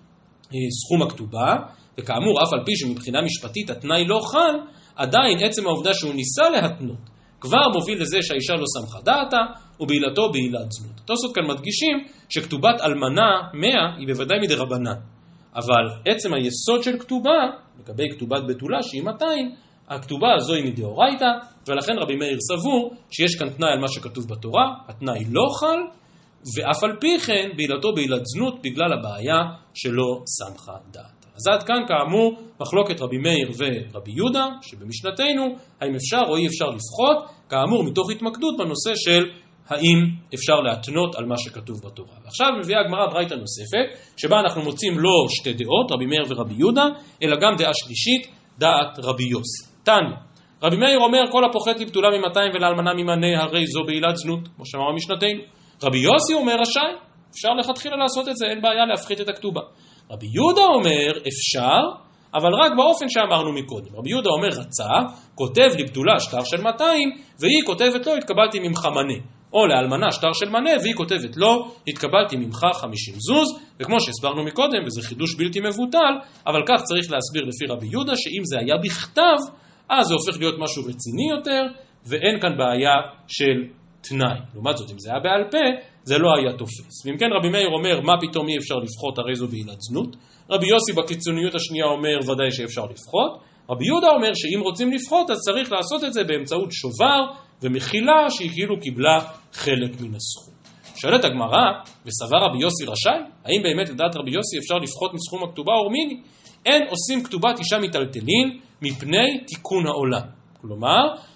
סכום הכתובה, וכאמור אף על פי שמבחינה משפטית התנאי לא חל, עדיין עצם העובדה שהוא ניסה להתנות כבר מוביל לזה שהאישה לא סמכה דעתה, ובעילתו בעילת זנות. התוספות כאן מדגישים שכתובת אלמנה מאה היא בוודאי מדרבנן, אבל עצם היסוד של כתובה, לגבי כתובת בתולה שהיא מאתיים, הכתובה הזו היא מדאורייתא, ולכן רבי מאיר סבור שיש כאן תנאי על מה שכתוב בתורה, התנאי לא חל, ואף על פי כן בעילתו בעילת זנות בגלל הבעיה שלא סמכה דעתה. אז עד כאן כאמור מחלוקת רבי מאיר ורבי יהודה שבמשנתנו האם אפשר או אי אפשר לפחות, כאמור מתוך התמקדות בנושא של האם אפשר להתנות על מה שכתוב בתורה. ועכשיו מביאה הגמרא ברייתא נוספת שבה אנחנו מוצאים לא שתי דעות, רבי מאיר ורבי יהודה, אלא גם דעה שלישית, דעת רבי יוסי. תניא, רבי מאיר אומר כל הפוחת לבתולה ממאתיים ולאלמנה ממנה הרי זו בעילת זנות, כמו שאמר משנתנו. רבי יוסי אומר רשאי, אפשר לכתחילה לעשות את זה, אין בעיה להפחית את הכתובה. רבי יהודה אומר אפשר, אבל רק באופן שאמרנו מקודם. רבי יהודה אומר רצה, כותב לבתולה שטר של מאתיים, והיא כותבת לו התקבלתי ממך מנה. או לאלמנה שטר של מנה, והיא כותבת לו התקבלתי ממך חמישים זוז, וכמו שהסברנו מקודם, וזה חידוש בלתי מבוטל, אבל כך צריך להסביר לפי רבי יהודה, שאם זה היה בכתב, אז זה הופך להיות משהו רציני יותר, ואין כאן בעיה של תנאי. לעומת זאת, אם זה היה בעל פה, זה לא היה תופס. ואם כן רבי מאיר אומר, מה פתאום אי אפשר לפחות, הרי זו בעילת זנות. רבי יוסי בקיצוניות השנייה אומר, ודאי שאפשר לפחות. רבי יהודה אומר שאם רוצים לפחות, אז צריך לעשות את זה באמצעות שובר ומחילה, שהיא כאילו קיבלה חלק מן הסכום. שואלת הגמרא, וסבר רבי יוסי רשאי? האם באמת לדעת רבי יוסי אפשר לפחות מסכום הכתובה או מיני? אין עושים כתובת אישה מטלטלין מפני תיקון העולם. כלומר,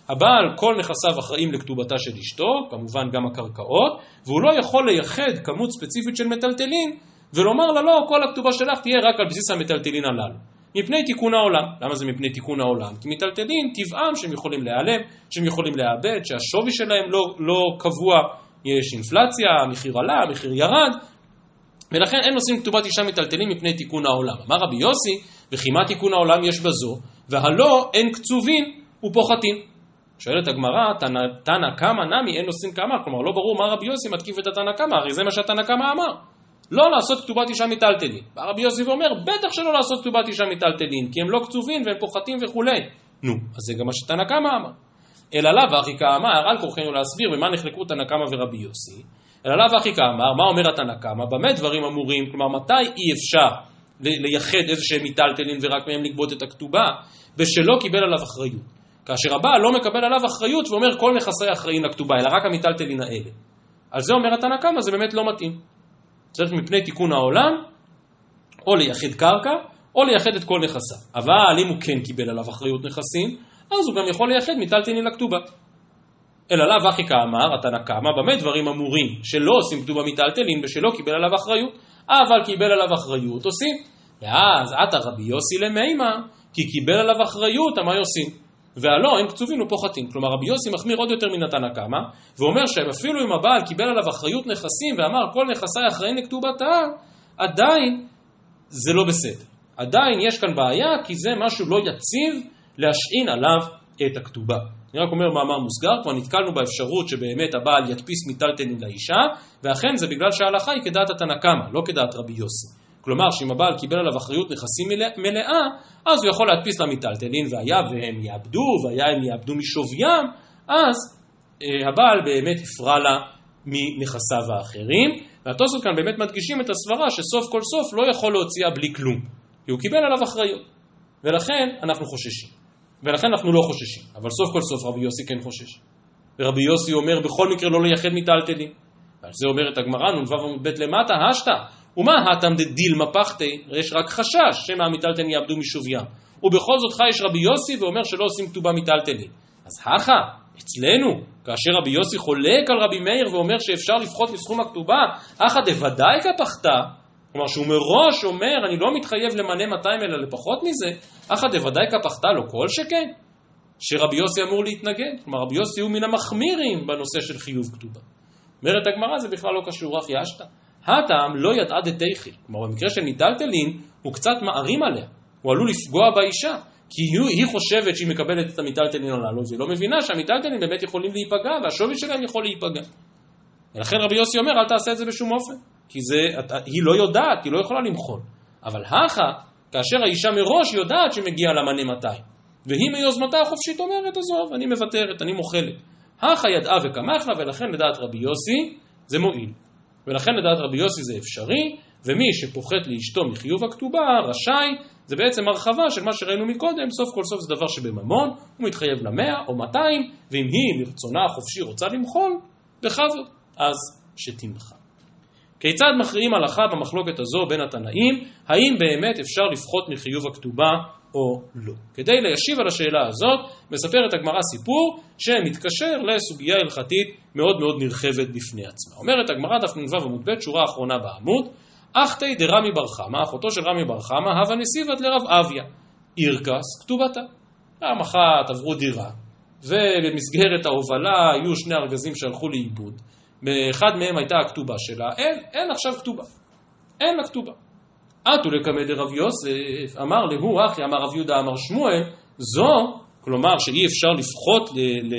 הבעל כל נכסיו אחראים לכתובתה של אשתו, כמובן גם הקרקעות, והוא לא יכול לייחד כמות ספציפית של מטלטלין, ולומר לה לא, כל הכתובה שלך תהיה רק על בסיס המטלטלין הללו. מפני תיקון העולם. למה זה מפני תיקון העולם? כי מטלטלין טבעם שהם יכולים להיעלם, שהם יכולים לאבד, שהשווי שלהם לא, לא קבוע, יש אינפלציה, המחיר עלה, המחיר ירד, ולכן אין עושים כתובת אישה מטלטלין מפני תיקון העולם. אמר רבי יוסי, וכי מה תיקון העולם יש בזו, והלא אין קצובין ופוחתים. שואלת הגמרא, תנא, תנא קמא נמי אין עושים כמה, כלומר לא ברור מה רבי יוסי מתקיף את התנא קמא, הרי זה מה שהתנא קמא אמר. לא לעשות כתובת אישה מטלטלין. בא רבי יוסי ואומר, בטח שלא לעשות כתובת אישה מטלטלין, כי הם לא קצובים והם פוחתים וכולי. נו, אז זה גם מה שתנא קמא אמר. אלא לאו אחי כאמר, על כורחנו להסביר במה נחלקו תנא קמא ורבי יוסי. אלא לאו אחי כאמר, מה אומר התנא קמא? במה דברים אמורים? כלומר, מתי אי אפשר לייחד איזה שהם מטלטלין ורק מהם לגבות את הכתובה? בשלא קיבל עליו אחריות. כאשר הבעל לא מקבל עליו אחריות ואומר כל נכסי אחראים לכתובה, אלא רק המטלטלין האלה. על זה אומר התנא קמא, זה באמת לא מתאים. צריך מפני תיקון העולם, או לייחד קרקע, או לייחד את כל נכסיו. אבל אם הוא כן קיבל עליו אחריות נכסים, אז הוא גם יכול לייחד מטלטלין לכתובה. אלא לאו אחי כאמר, התנא קמא, במה דברים אמורים שלא עושים כתובה מטלטלין ושלא קיבל עליו אחריות, אבל קיבל עליו אחריות עושים. ואז עתה רבי יוסי למימה, כי קיבל עליו אחריות, מה עושים? והלא, הם קצובים ופוחתים. כלומר, רבי יוסי מחמיר עוד יותר מן התנא קמא, ואומר שאפילו אם הבעל קיבל עליו אחריות נכסים ואמר כל נכסי אחראים לכתובתה, עדיין זה לא בסדר. עדיין יש כאן בעיה, כי זה משהו לא יציב להשעין עליו את הכתובה. אני רק אומר מאמר מוסגר, כבר נתקלנו באפשרות שבאמת הבעל ידפיס מטלטלין לאישה, ואכן זה בגלל שההלכה היא כדעת התנא קמא, לא כדעת רבי יוסי. כלומר, שאם הבעל קיבל עליו אחריות נכסים מלאה, אז הוא יכול להדפיס לה מטלטלין, והיה והם יאבדו, והיה הם יאבדו משוויים, אז אה, הבעל באמת הפרע לה מנכסיו האחרים, והתוספות כאן באמת מדגישים את הסברה שסוף כל סוף לא יכול להוציאה בלי כלום, כי הוא קיבל עליו אחריות, ולכן אנחנו חוששים, ולכן אנחנו לא חוששים, אבל סוף כל סוף רבי יוסי כן חושש, ורבי יוסי אומר בכל מקרה לא לייחד מטלטלין, ועל זה אומרת הגמרא, נ"ו עמוד ב' למטה, השתא, ומה הטעם דדיל מפחתי? יש רק חשש שמא המטלטלין יאבדו משוויים. ובכל זאת חי יש רבי יוסי ואומר שלא עושים כתובה מטלטלין. אז הכה, אצלנו, כאשר רבי יוסי חולק על רבי מאיר ואומר שאפשר לפחות מסכום הכתובה, הכה דוודאי כפחתה, כלומר שהוא מראש אומר אני לא מתחייב למנה מאתיים אלא לפחות מזה, הכה דוודאי כפחתה לא כל שכן, שרבי יוסי אמור להתנגד. כלומר רבי יוסי הוא מן המחמירים בנושא של חיוב כתובה. אומרת הגמרא זה בכלל לא קשור, אך ישתא. הטעם לא ידעה דתיכי, כלומר במקרה של מטלטלין הוא קצת מערים עליה, הוא עלול לפגוע באישה, כי היא חושבת שהיא מקבלת את המטלטלין הללו, והיא לא מבינה שהמטלטלין באמת יכולים להיפגע, והשווי שלהם יכול להיפגע. ולכן רבי יוסי אומר אל תעשה את זה בשום אופן, כי זה, היא לא יודעת, היא לא יכולה למחול. אבל הכה, כאשר האישה מראש יודעת שמגיע לה מנה מאתיים, והיא מיוזמתה החופשית אומרת עזוב, אני מוותרת, אני מוכלת. הכה ידעה וקמח לה, ולכן לדעת רבי יוסי זה מועיל. ולכן לדעת רבי יוסי זה אפשרי, ומי שפוחת לאשתו מחיוב הכתובה רשאי, זה בעצם הרחבה של מה שראינו מקודם, סוף כל סוף זה דבר שבממון, הוא מתחייב למאה או מאתיים, ואם היא מרצונה החופשי רוצה למחול, בכבוד, אז שתמחה. כיצד מכריעים הלכה במחלוקת הזו בין התנאים, האם באמת אפשר לפחות מחיוב הכתובה או לא? כדי להשיב על השאלה הזאת, מספרת הגמרא סיפור שמתקשר לסוגיה הלכתית מאוד מאוד נרחבת בפני עצמה. אומרת הגמרא דף נ"ו עמוד ב' שורה האחרונה בעמוד, אחתי דרמי בר חמא, אחותו של רמי בר חמא, הווה נסיבת לרב אביה, אירקס כתובתה. פעם אחת עברו דירה, ובמסגרת ההובלה היו שני ארגזים שהלכו לאיבוד, באחד מהם הייתה הכתובה שלה, אין, אין עכשיו כתובה, אין לה כתובה. עתו לקמא דרב יוסף, אמר להו אחי, אמר רב יהודה, אמר שמואל, זו, כלומר שאי אפשר לפחות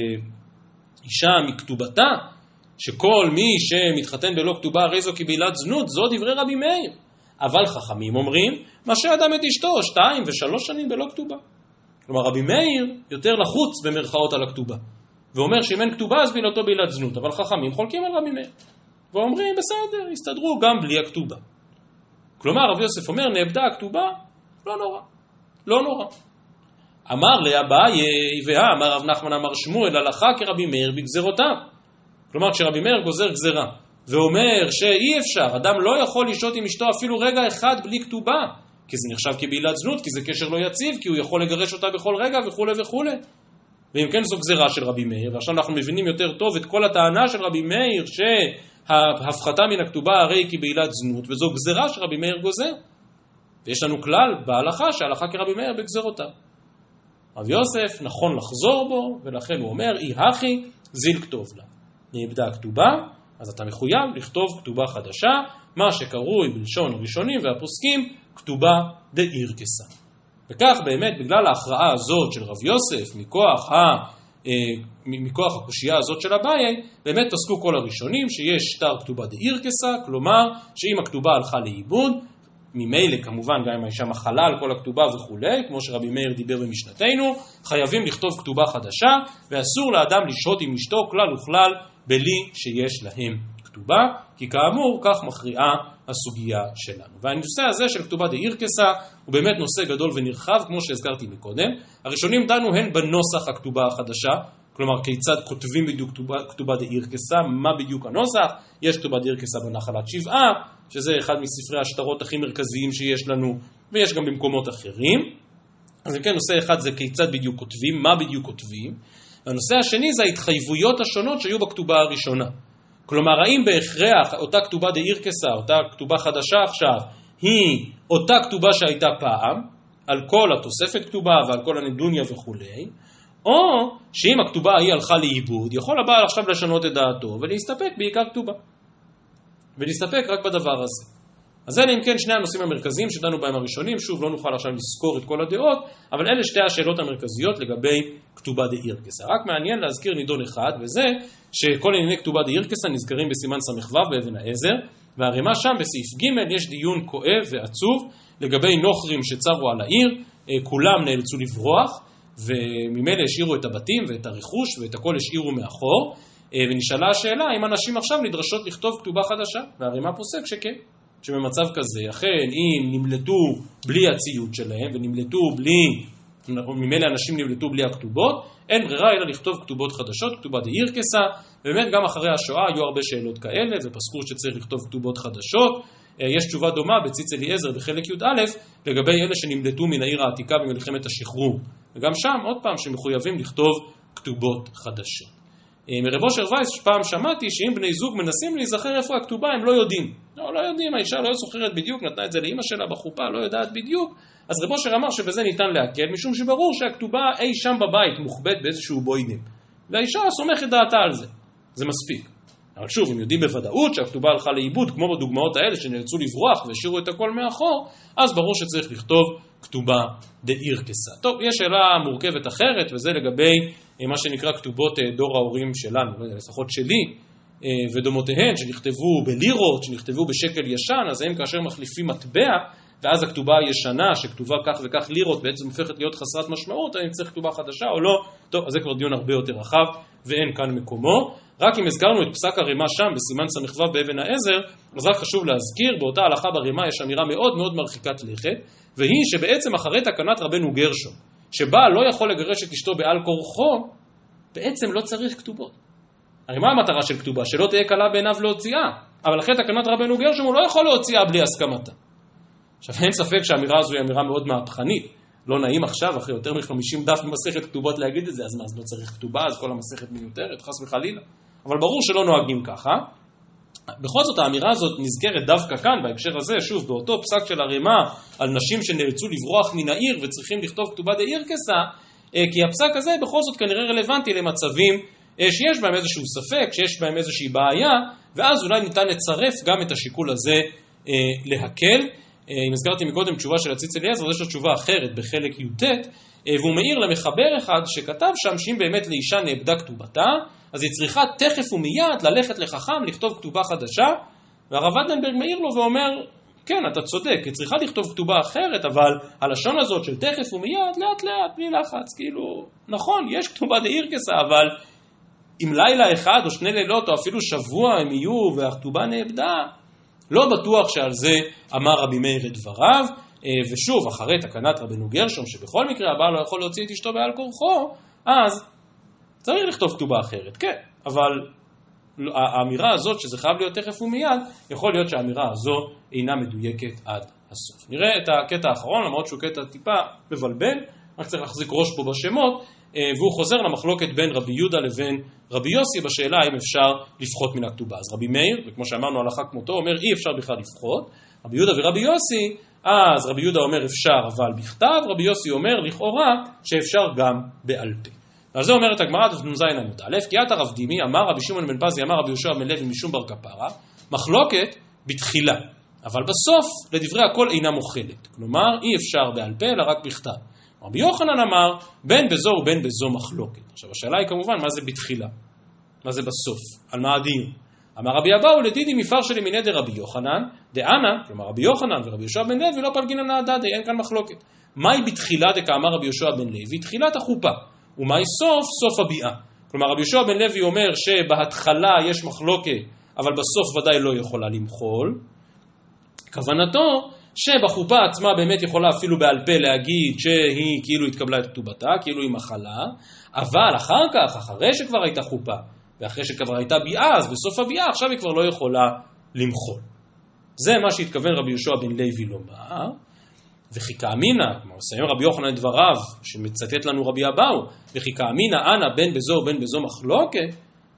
לאישה מכתובתה, שכל מי שמתחתן בלא כתובה הרי זו קבילת זנות, זו דברי רבי מאיר. אבל חכמים אומרים, מה שאדם את אשתו שתיים ושלוש שנים בלא כתובה. כלומר רבי מאיר יותר לחוץ במרכאות על הכתובה, ואומר שאם אין כתובה אז בילתו בילת זנות, אבל חכמים חולקים על רבי מאיר, ואומרים בסדר, הסתדרו גם בלי הכתובה. כלומר רבי יוסף אומר נאבדה הכתובה, לא נורא, לא נורא. אמר לאביי והא, אמר רב נחמן אמר שמואל, הלכה כרבי מאיר בגזרותיו. כלומר כשרבי מאיר גוזר גזרה ואומר שאי אפשר, אדם לא יכול לשהות עם אשתו אפילו רגע אחד בלי כתובה, כי זה נחשב כבעילת זנות, כי זה קשר לא יציב, כי הוא יכול לגרש אותה בכל רגע וכו' וכו'. ואם כן זו גזירה של רבי מאיר, ועכשיו אנחנו מבינים יותר טוב את כל הטענה של רבי מאיר, שההפחתה מן הכתובה הרי כי בעילת זנות, וזו גזירה שרבי מאיר גוזר. ויש לנו כלל בהלכה, שההלכה כרבי מאיר בגזירותיו. רבי יוסף נכון לחזור בו, ולכן הוא אומר, אי הכי זיל כתוב לה. נאבדה הכתובה, אז אתה מחויב לכתוב כתובה חדשה, מה שקרוי בלשון הראשונים והפוסקים, כתובה דאירקסה. וכך באמת בגלל ההכרעה הזאת של רב יוסף, מכוח, ה, אה, מכוח הקושייה הזאת של אביי, באמת עסקו כל הראשונים שיש שטר כתובה דאירקסה, כלומר שאם הכתובה הלכה לאיבוד, ממילא כמובן גם אם האישה מחלה על כל הכתובה וכו', כמו שרבי מאיר דיבר במשנתנו, חייבים לכתוב כתובה חדשה, ואסור לאדם לשהות עם אשתו כלל וכלל בלי שיש להם כתובה, כי כאמור כך מכריעה הסוגיה שלנו. והנושא הזה של כתובה דאירקסה הוא באמת נושא גדול ונרחב, כמו שהזכרתי מקודם. הראשונים דנו הן בנוסח הכתובה החדשה, כלומר כיצד כותבים בדיוק כתובה, כתובה דאירקסה, מה בדיוק הנוסח. יש כתובה דאירקסה בנחלת שבעה, שזה אחד מספרי השטרות הכי מרכזיים שיש לנו, ויש גם במקומות אחרים. אז אם כן, נושא אחד זה כיצד בדיוק כותבים, מה בדיוק כותבים. הנושא השני זה ההתחייבויות השונות שהיו בכתובה הראשונה. כלומר, האם בהכרח אותה כתובה דאירקסה, אותה כתובה חדשה עכשיו, היא אותה כתובה שהייתה פעם, על כל התוספת כתובה ועל כל הנדוניה וכו', או שאם הכתובה היא הלכה לאיבוד, יכול הבעל עכשיו לשנות את דעתו ולהסתפק בעיקר כתובה. ולהסתפק רק בדבר הזה. אז אלה אם כן שני הנושאים המרכזיים שדנו בהם הראשונים, שוב לא נוכל עכשיו לזכור את כל הדעות, אבל אלה שתי השאלות המרכזיות לגבי כתובה דאירקסה. רק מעניין להזכיר נידון אחד, וזה שכל ענייני כתובה דאירקסה נזכרים בסימן סמ"ו באבן העזר, והרמה שם בסעיף ג' יש דיון כואב ועצוב לגבי נוכרים שצרו על העיר, כולם נאלצו לברוח, וממילא השאירו את הבתים ואת הרכוש ואת הכל השאירו מאחור, ונשאלה השאלה אם אנשים עכשיו נדרשות לכתוב כתובה חדשה, והרמה פוסק שכן. שבמצב כזה, אכן אם נמלטו בלי הציוד שלהם ונמלטו בלי, ממילא אנשים נמלטו בלי הכתובות, אין ברירה אלא לכתוב כתובות חדשות, כתובה דאירקסה, באמת גם אחרי השואה היו הרבה שאלות כאלה, ופסקו שצריך לכתוב כתובות חדשות. יש תשובה דומה בציץ אליעזר בחלק י"א לגבי אלה שנמלטו מן העיר העתיקה במלחמת השחרור, וגם שם עוד פעם שמחויבים לכתוב כתובות חדשות. מרב אושר וייס פעם שמעתי שאם בני זוג מנסים להיזכר איפה הכתובה הם לא יודעים. לא, לא יודעים, האישה לא זוכרת בדיוק, נתנה את זה לאמא שלה בחופה, לא יודעת בדיוק. אז רב אושר אמר שבזה ניתן להקל, משום שברור שהכתובה אי שם בבית מוחבאת באיזשהו בוידם. והאישה סומכת דעתה על זה. זה מספיק. אבל שוב, אם יודעים בוודאות שהכתובה הלכה לאיבוד, כמו בדוגמאות האלה שנאלצו לברוח והשאירו את הכל מאחור, אז ברור שצריך לכתוב כתובה דאירקסה. טוב, יש שאלה מורכבת אחרת, וזה לגבי מה שנקרא כתובות דור ההורים שלנו, לא יודע, לפחות שלי, ודומותיהן שנכתבו בלירות, שנכתבו בשקל ישן, אז הם כאשר מחליפים מטבע, ואז הכתובה הישנה שכתובה כך וכך לירות בעצם הופכת להיות חסרת משמעות, האם צריך כתובה חדשה או לא. טוב, אז זה כבר דיון הרבה יותר רחב, ואין כאן מקומו. רק אם הזכרנו את פסק הרמה שם בסימן סמ"ו באבן העזר, אז רק חשוב להזכיר, באותה הלכה ברמה יש אמירה מאוד מאוד מרחיקת לכת, והיא שבעצם אחרי תקנת רבנו גרשום, שבעל לא יכול לגרש את אשתו בעל כורחו, בעצם לא צריך כתובות. הרי מה המטרה של כתובה? שלא תהיה קלה בעיניו להוציאה, אבל אחרי תקנת רבנו גרשום הוא לא יכול להוציאה בלי הסכמתה. עכשיו אין ספק שהאמירה הזו היא אמירה מאוד מהפכנית, לא נעים עכשיו אחרי יותר מ-חמישים דף במסכת כתובות להגיד את זה, אז מה, אז לא צריך כתובה, אז כל המסכת מיותרת, חס וחלילה. אבל ברור שלא נוהגים ככה. בכל זאת האמירה הזאת נזכרת דווקא כאן בהקשר הזה, שוב באותו פסק של הרמה על נשים שנאלצו לברוח מן העיר וצריכים לכתוב כתובה דאירקסה, כי הפסק הזה בכל זאת כנראה רלוונטי למצבים שיש בהם איזשהו ספק, שיש בהם איזושהי בעיה, ואז אולי ניתן לצרף גם את השיקול הזה להקל. אם הזכרתי מקודם תשובה של הציץ אליעזר, יש לו תשובה אחרת בחלק י"ט, והוא מעיר למחבר אחד שכתב שם שאם באמת לאישה נאבדה כתובתה, אז היא צריכה תכף ומיד ללכת לחכם לכתוב כתובה חדשה, והרב ודנברג מעיר לו ואומר, כן, אתה צודק, היא צריכה לכתוב כתובה אחרת, אבל הלשון הזאת של תכף ומיד, לאט לאט, בלי לחץ, כאילו, נכון, יש כתובה דאירקסה, אבל אם לילה אחד או שני לילות או אפילו שבוע הם יהיו והכתובה נאבדה, לא בטוח שעל זה אמר רבי מאיר את דבריו, ושוב, אחרי תקנת רבנו גרשום, שבכל מקרה הבעל לא יכול להוציא את אשתו בעל כורחו, אז צריך לכתוב כתובה אחרת, כן, אבל האמירה הזאת שזה חייב להיות תכף ומיד, יכול להיות שהאמירה הזו אינה מדויקת עד הסוף. נראה את הקטע האחרון, למרות שהוא קטע טיפה מבלבל, רק צריך להחזיק ראש פה בשמות, והוא חוזר למחלוקת בין רבי יהודה לבין רבי יוסי בשאלה האם אפשר לפחות מן הכתובה. אז רבי מאיר, וכמו שאמרנו הלכה כמותו, אומר אי אפשר בכלל לפחות. רבי יהודה ורבי יוסי, אז רבי יהודה אומר אפשר אבל בכתב, רבי יוסי אומר לכאורה שאפשר גם בעל פה. ועל זה אומרת הגמרא דף נ"ז עמוד א', כי עתה רב דימי אמר רבי שמעון בן פזי אמר רבי יהושע בן לוי משום בר כפרה, מחלוקת בתחילה, אבל בסוף לדברי הכל אינה מוחלת. כלומר אי אפשר בעל פה אלא רק בכתב. רבי יוחנן אמר בין בזו ובין בזו מחלוקת. עכשיו השאלה היא כמובן מה זה בתחילה, מה זה בסוף, על מה הדיון. אמר רבי אבאו לדידי מפרשי למיני דרבי יוחנן דאנה, כלומר רבי יוחנן ורבי יהושע בן לוי לא פלגינן הדדי, אין כאן מחלוקת. מהי בתחילה דקאמר רבי יהושע בן לוי? תחילת החופה. ומהי סוף? סוף הביאה. כלומר רבי יהושע בן לוי אומר שבהתחלה יש מחלוקת אבל בסוף ודאי לא יכולה למחול. כוונתו שבחופה עצמה באמת יכולה אפילו בעל פה להגיד שהיא כאילו התקבלה את כתובתה, כאילו היא מחלה, אבל אחר כך, אחרי שכבר הייתה חופה, ואחרי שכבר הייתה ביאה, אז בסוף הביאה עכשיו היא כבר לא יכולה למחול. זה מה שהתכוון רבי יהושע בן לוי לומר, וכי כאמינה, כמו מסיים רבי יוחנן את דבריו, שמצטט לנו רבי אבאו, וכי כאמינה אנה בין בזו ובין בזו מחלוקת,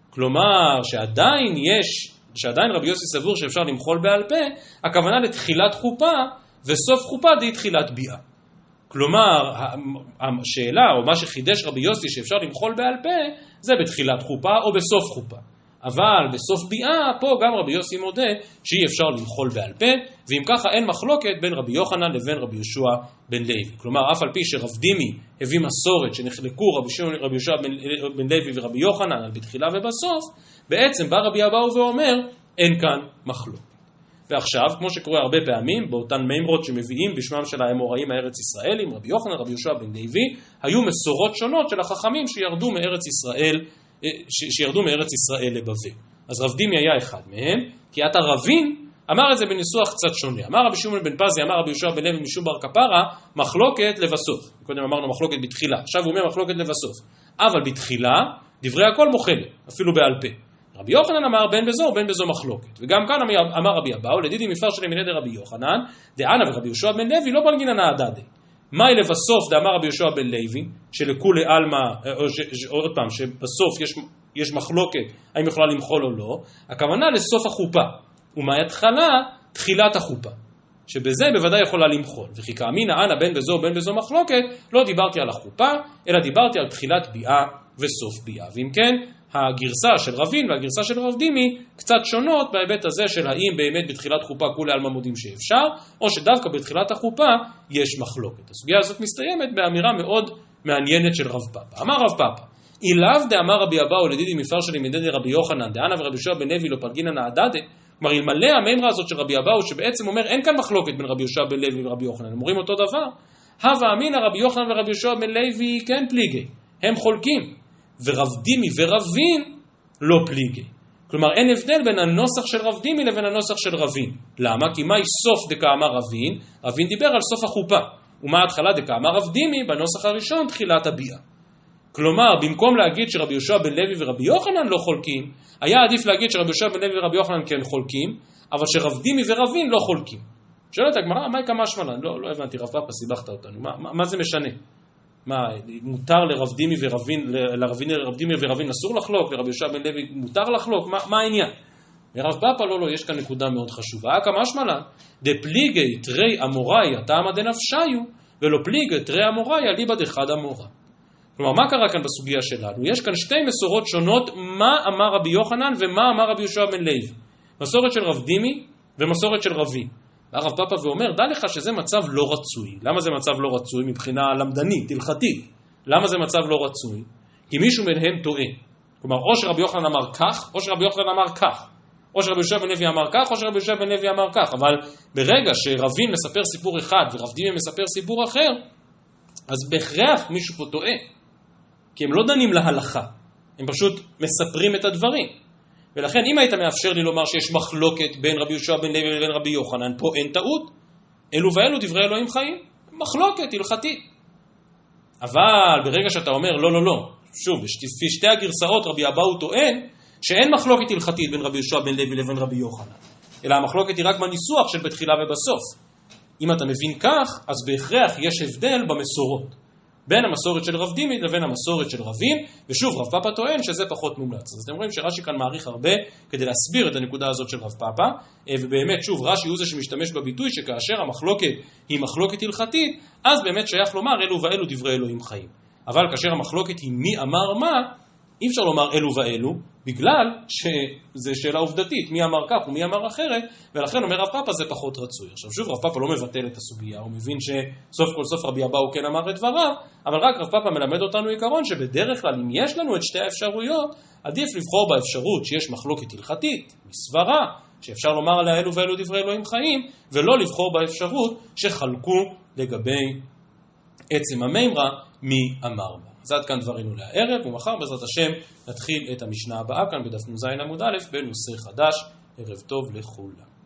כלומר שעדיין יש, שעדיין רבי יוסי סבור שאפשר למחול בעל פה, הכוונה לתחילת חופה, וסוף חופה די תחילת ביאה. כלומר, השאלה, או מה שחידש רבי יוסי שאפשר למחול בעל פה, זה בתחילת חופה או בסוף חופה. אבל בסוף ביאה, פה גם רבי יוסי מודה שאי אפשר למחול בעל פה, ואם ככה אין מחלוקת בין רבי יוחנן לבין רבי יהושע בן לוי. כלומר, אף על פי שרב דימי הביא מסורת שנחלקו רבי יהושע בן לוי ורבי יוחנן על בתחילה ובסוף, בעצם בא רבי אבאו ואומר, אין כאן מחלוקת. ועכשיו, כמו שקורה הרבה פעמים, באותן מימרות שמביאים בשמם של האמוראים הארץ ישראלים, רבי יוחנן, רבי יהושע בן לוי, היו מסורות שונות של החכמים שירדו מארץ ישראל, שירדו מארץ ישראל לבבל. אז רב דימי היה אחד מהם, כי עתה רבין אמר את זה בניסוח קצת שונה. אמר רבי שמעון בן פזי, אמר רבי יהושע בן לוי משום בר כפרה, מחלוקת לבסוף. קודם אמרנו מחלוקת בתחילה, עכשיו הוא אומר מחלוקת לבסוף. אבל בתחילה, דברי הכל מוחלת, אפילו בעל פה. רבי יוחנן אמר בין בזו ובין בזו מחלוקת. וגם כאן אמר רבי אבאו, לדידי מפרשי למיני דרבי יוחנן, דאנה ורבי יהושע בן לוי לא פלגינן הדדי. מהי לבסוף דאמר רבי יהושע בן לוי, שלכולי עלמא, עוד פעם, שבסוף יש, יש מחלוקת, האם יכולה למחול או לא, הכוונה לסוף החופה, ומהי התחלה, תחילת החופה, שבזה בוודאי יכולה למחול, וכי כאמינא אנא בין בזו ובין בזו מחלוקת, לא דיברתי על החופה, אלא דיברתי על תחילת ביאה וסוף ביאה, ואם כן, הגרסה של רבין והגרסה של רב דימי קצת שונות בהיבט הזה של האם באמת בתחילת חופה כולי עלמא מודים שאפשר, או שדווקא בתחילת החופה יש מחלוקת. הסוגיה הזאת מסתיימת באמירה מאוד מעניינת של רב פאפא. אמר רב פאפא, אילאו דאמר רבי אבאו לדידי מפרשי למיני דרבי יוחנן, דאנה ורבי יהושע בן לוי לא פלגינן הדדי, כלומר אלמלא המימרה הזאת של רבי אבאו שבעצם אומר אין כאן מחלוקת בין רבי יהושע בן לוי ורבי יוחנן, הם אומרים אותו דבר. הווה אמינא רבי יוחנן ורבי יהושע בן לוי כן פליגי, הם חולקים. ורב דימי ורבין לא פליגי. כלומר אין הבדל בין הנוסח של רב דימי לבין הנוסח של רבין. למה? כי מהי סוף דקאמר רבין? רבין דיבר על סוף החופה. ומה התחלה דקאמר רב דימי? בנוסח הראשון תחילת הביאה. כלומר במקום להגיד שרבי יהושע בן לוי ורבי יוחנן לא חולקים, היה עדיף להגיד שרבי יהושע בן לוי ורבי יוחנן כן חולקים, אבל שרב דימי ורבין לא חולקים. שואלת הגמרא, מה יקמה שמלן? לא, לא הבנתי, רב פאפא סיבכת אותנו. מה, מה, מה זה משנה? מה, מותר לרב דימי ורבין, לרבין, לרב דימי ורבין אסור לחלוק, לרבי יהושע בן לוי מותר לחלוק, מה, מה העניין? לרב פאפא לא, לא, יש כאן נקודה מאוד חשובה. כמה שמלן, דפליגי תרי אמוראי התאמה דנפשיו, ולא פליגי תרי אמוראי אליבא דחד אמורא. כלומר, מה קרה כאן בסוגיה שלנו? יש כאן שתי מסורות שונות, מה אמר רבי יוחנן ומה אמר רבי יהושע בן לוי. מסורת של רב דימי ומסורת של רבין. הרב פאפא ואומר, דע לך שזה מצב לא רצוי. למה זה מצב לא רצוי? מבחינה למדנית, הלכתית. למה זה מצב לא רצוי? כי מישהו מהם טועה. כלומר, או שרבי יוחנן אמר כך, או שרבי יוחנן אמר כך. או שרבי יהושע בן לוי אמר כך, או שרבי יהושע בן לוי אמר כך. אבל ברגע שרבין מספר סיפור אחד ורב דימי מספר סיפור אחר, אז בהכרח מישהו פה טועה. כי הם לא דנים להלכה. הם פשוט מספרים את הדברים. ולכן אם היית מאפשר לי לומר שיש מחלוקת בין רבי יהושע בן לוי לבין רבי יוחנן, פה אין טעות. אלו ואלו דברי אלוהים חיים. מחלוקת הלכתית. אבל ברגע שאתה אומר לא לא לא, שוב, לפי שתי הגרסאות רבי אבאו טוען שאין מחלוקת הלכתית בין רבי יהושע בן לוי לבין רבי יוחנן. אלא המחלוקת היא רק בניסוח של בתחילה ובסוף. אם אתה מבין כך, אז בהכרח יש הבדל במסורות. בין המסורת של רב דימי לבין המסורת של רבים, ושוב רב פאפא טוען שזה פחות מומלץ. אז אתם רואים שרש"י כאן מעריך הרבה כדי להסביר את הנקודה הזאת של רב פאפא, ובאמת שוב רש"י הוא זה שמשתמש בביטוי שכאשר המחלוקת היא מחלוקת הלכתית, אז באמת שייך לומר אלו ואלו דברי אלוהים חיים. אבל כאשר המחלוקת היא מי אמר מה, אי אפשר לומר אלו ואלו, בגלל שזה שאלה עובדתית, מי אמר כך ומי אמר אחרת, ולכן אומר רב פאפא זה פחות רצוי. עכשיו שוב, רב פאפא לא מבטל את הסוגיה, הוא מבין שסוף כל סוף רבי אבאו כן אמר את דבריו, אבל רק רב פאפא מלמד אותנו עיקרון שבדרך כלל אם יש לנו את שתי האפשרויות, עדיף לבחור באפשרות שיש מחלוקת הלכתית, מסברה, שאפשר לומר עליה אלו ואלו דברי אלוהים חיים, ולא לבחור באפשרות שחלקו לגבי עצם המימרה מי אמר בה. אז עד כאן דברינו לערב, ומחר בעזרת השם נתחיל את המשנה הבאה כאן בדף נ"ז עמוד א' בנושא חדש. ערב טוב לכולם.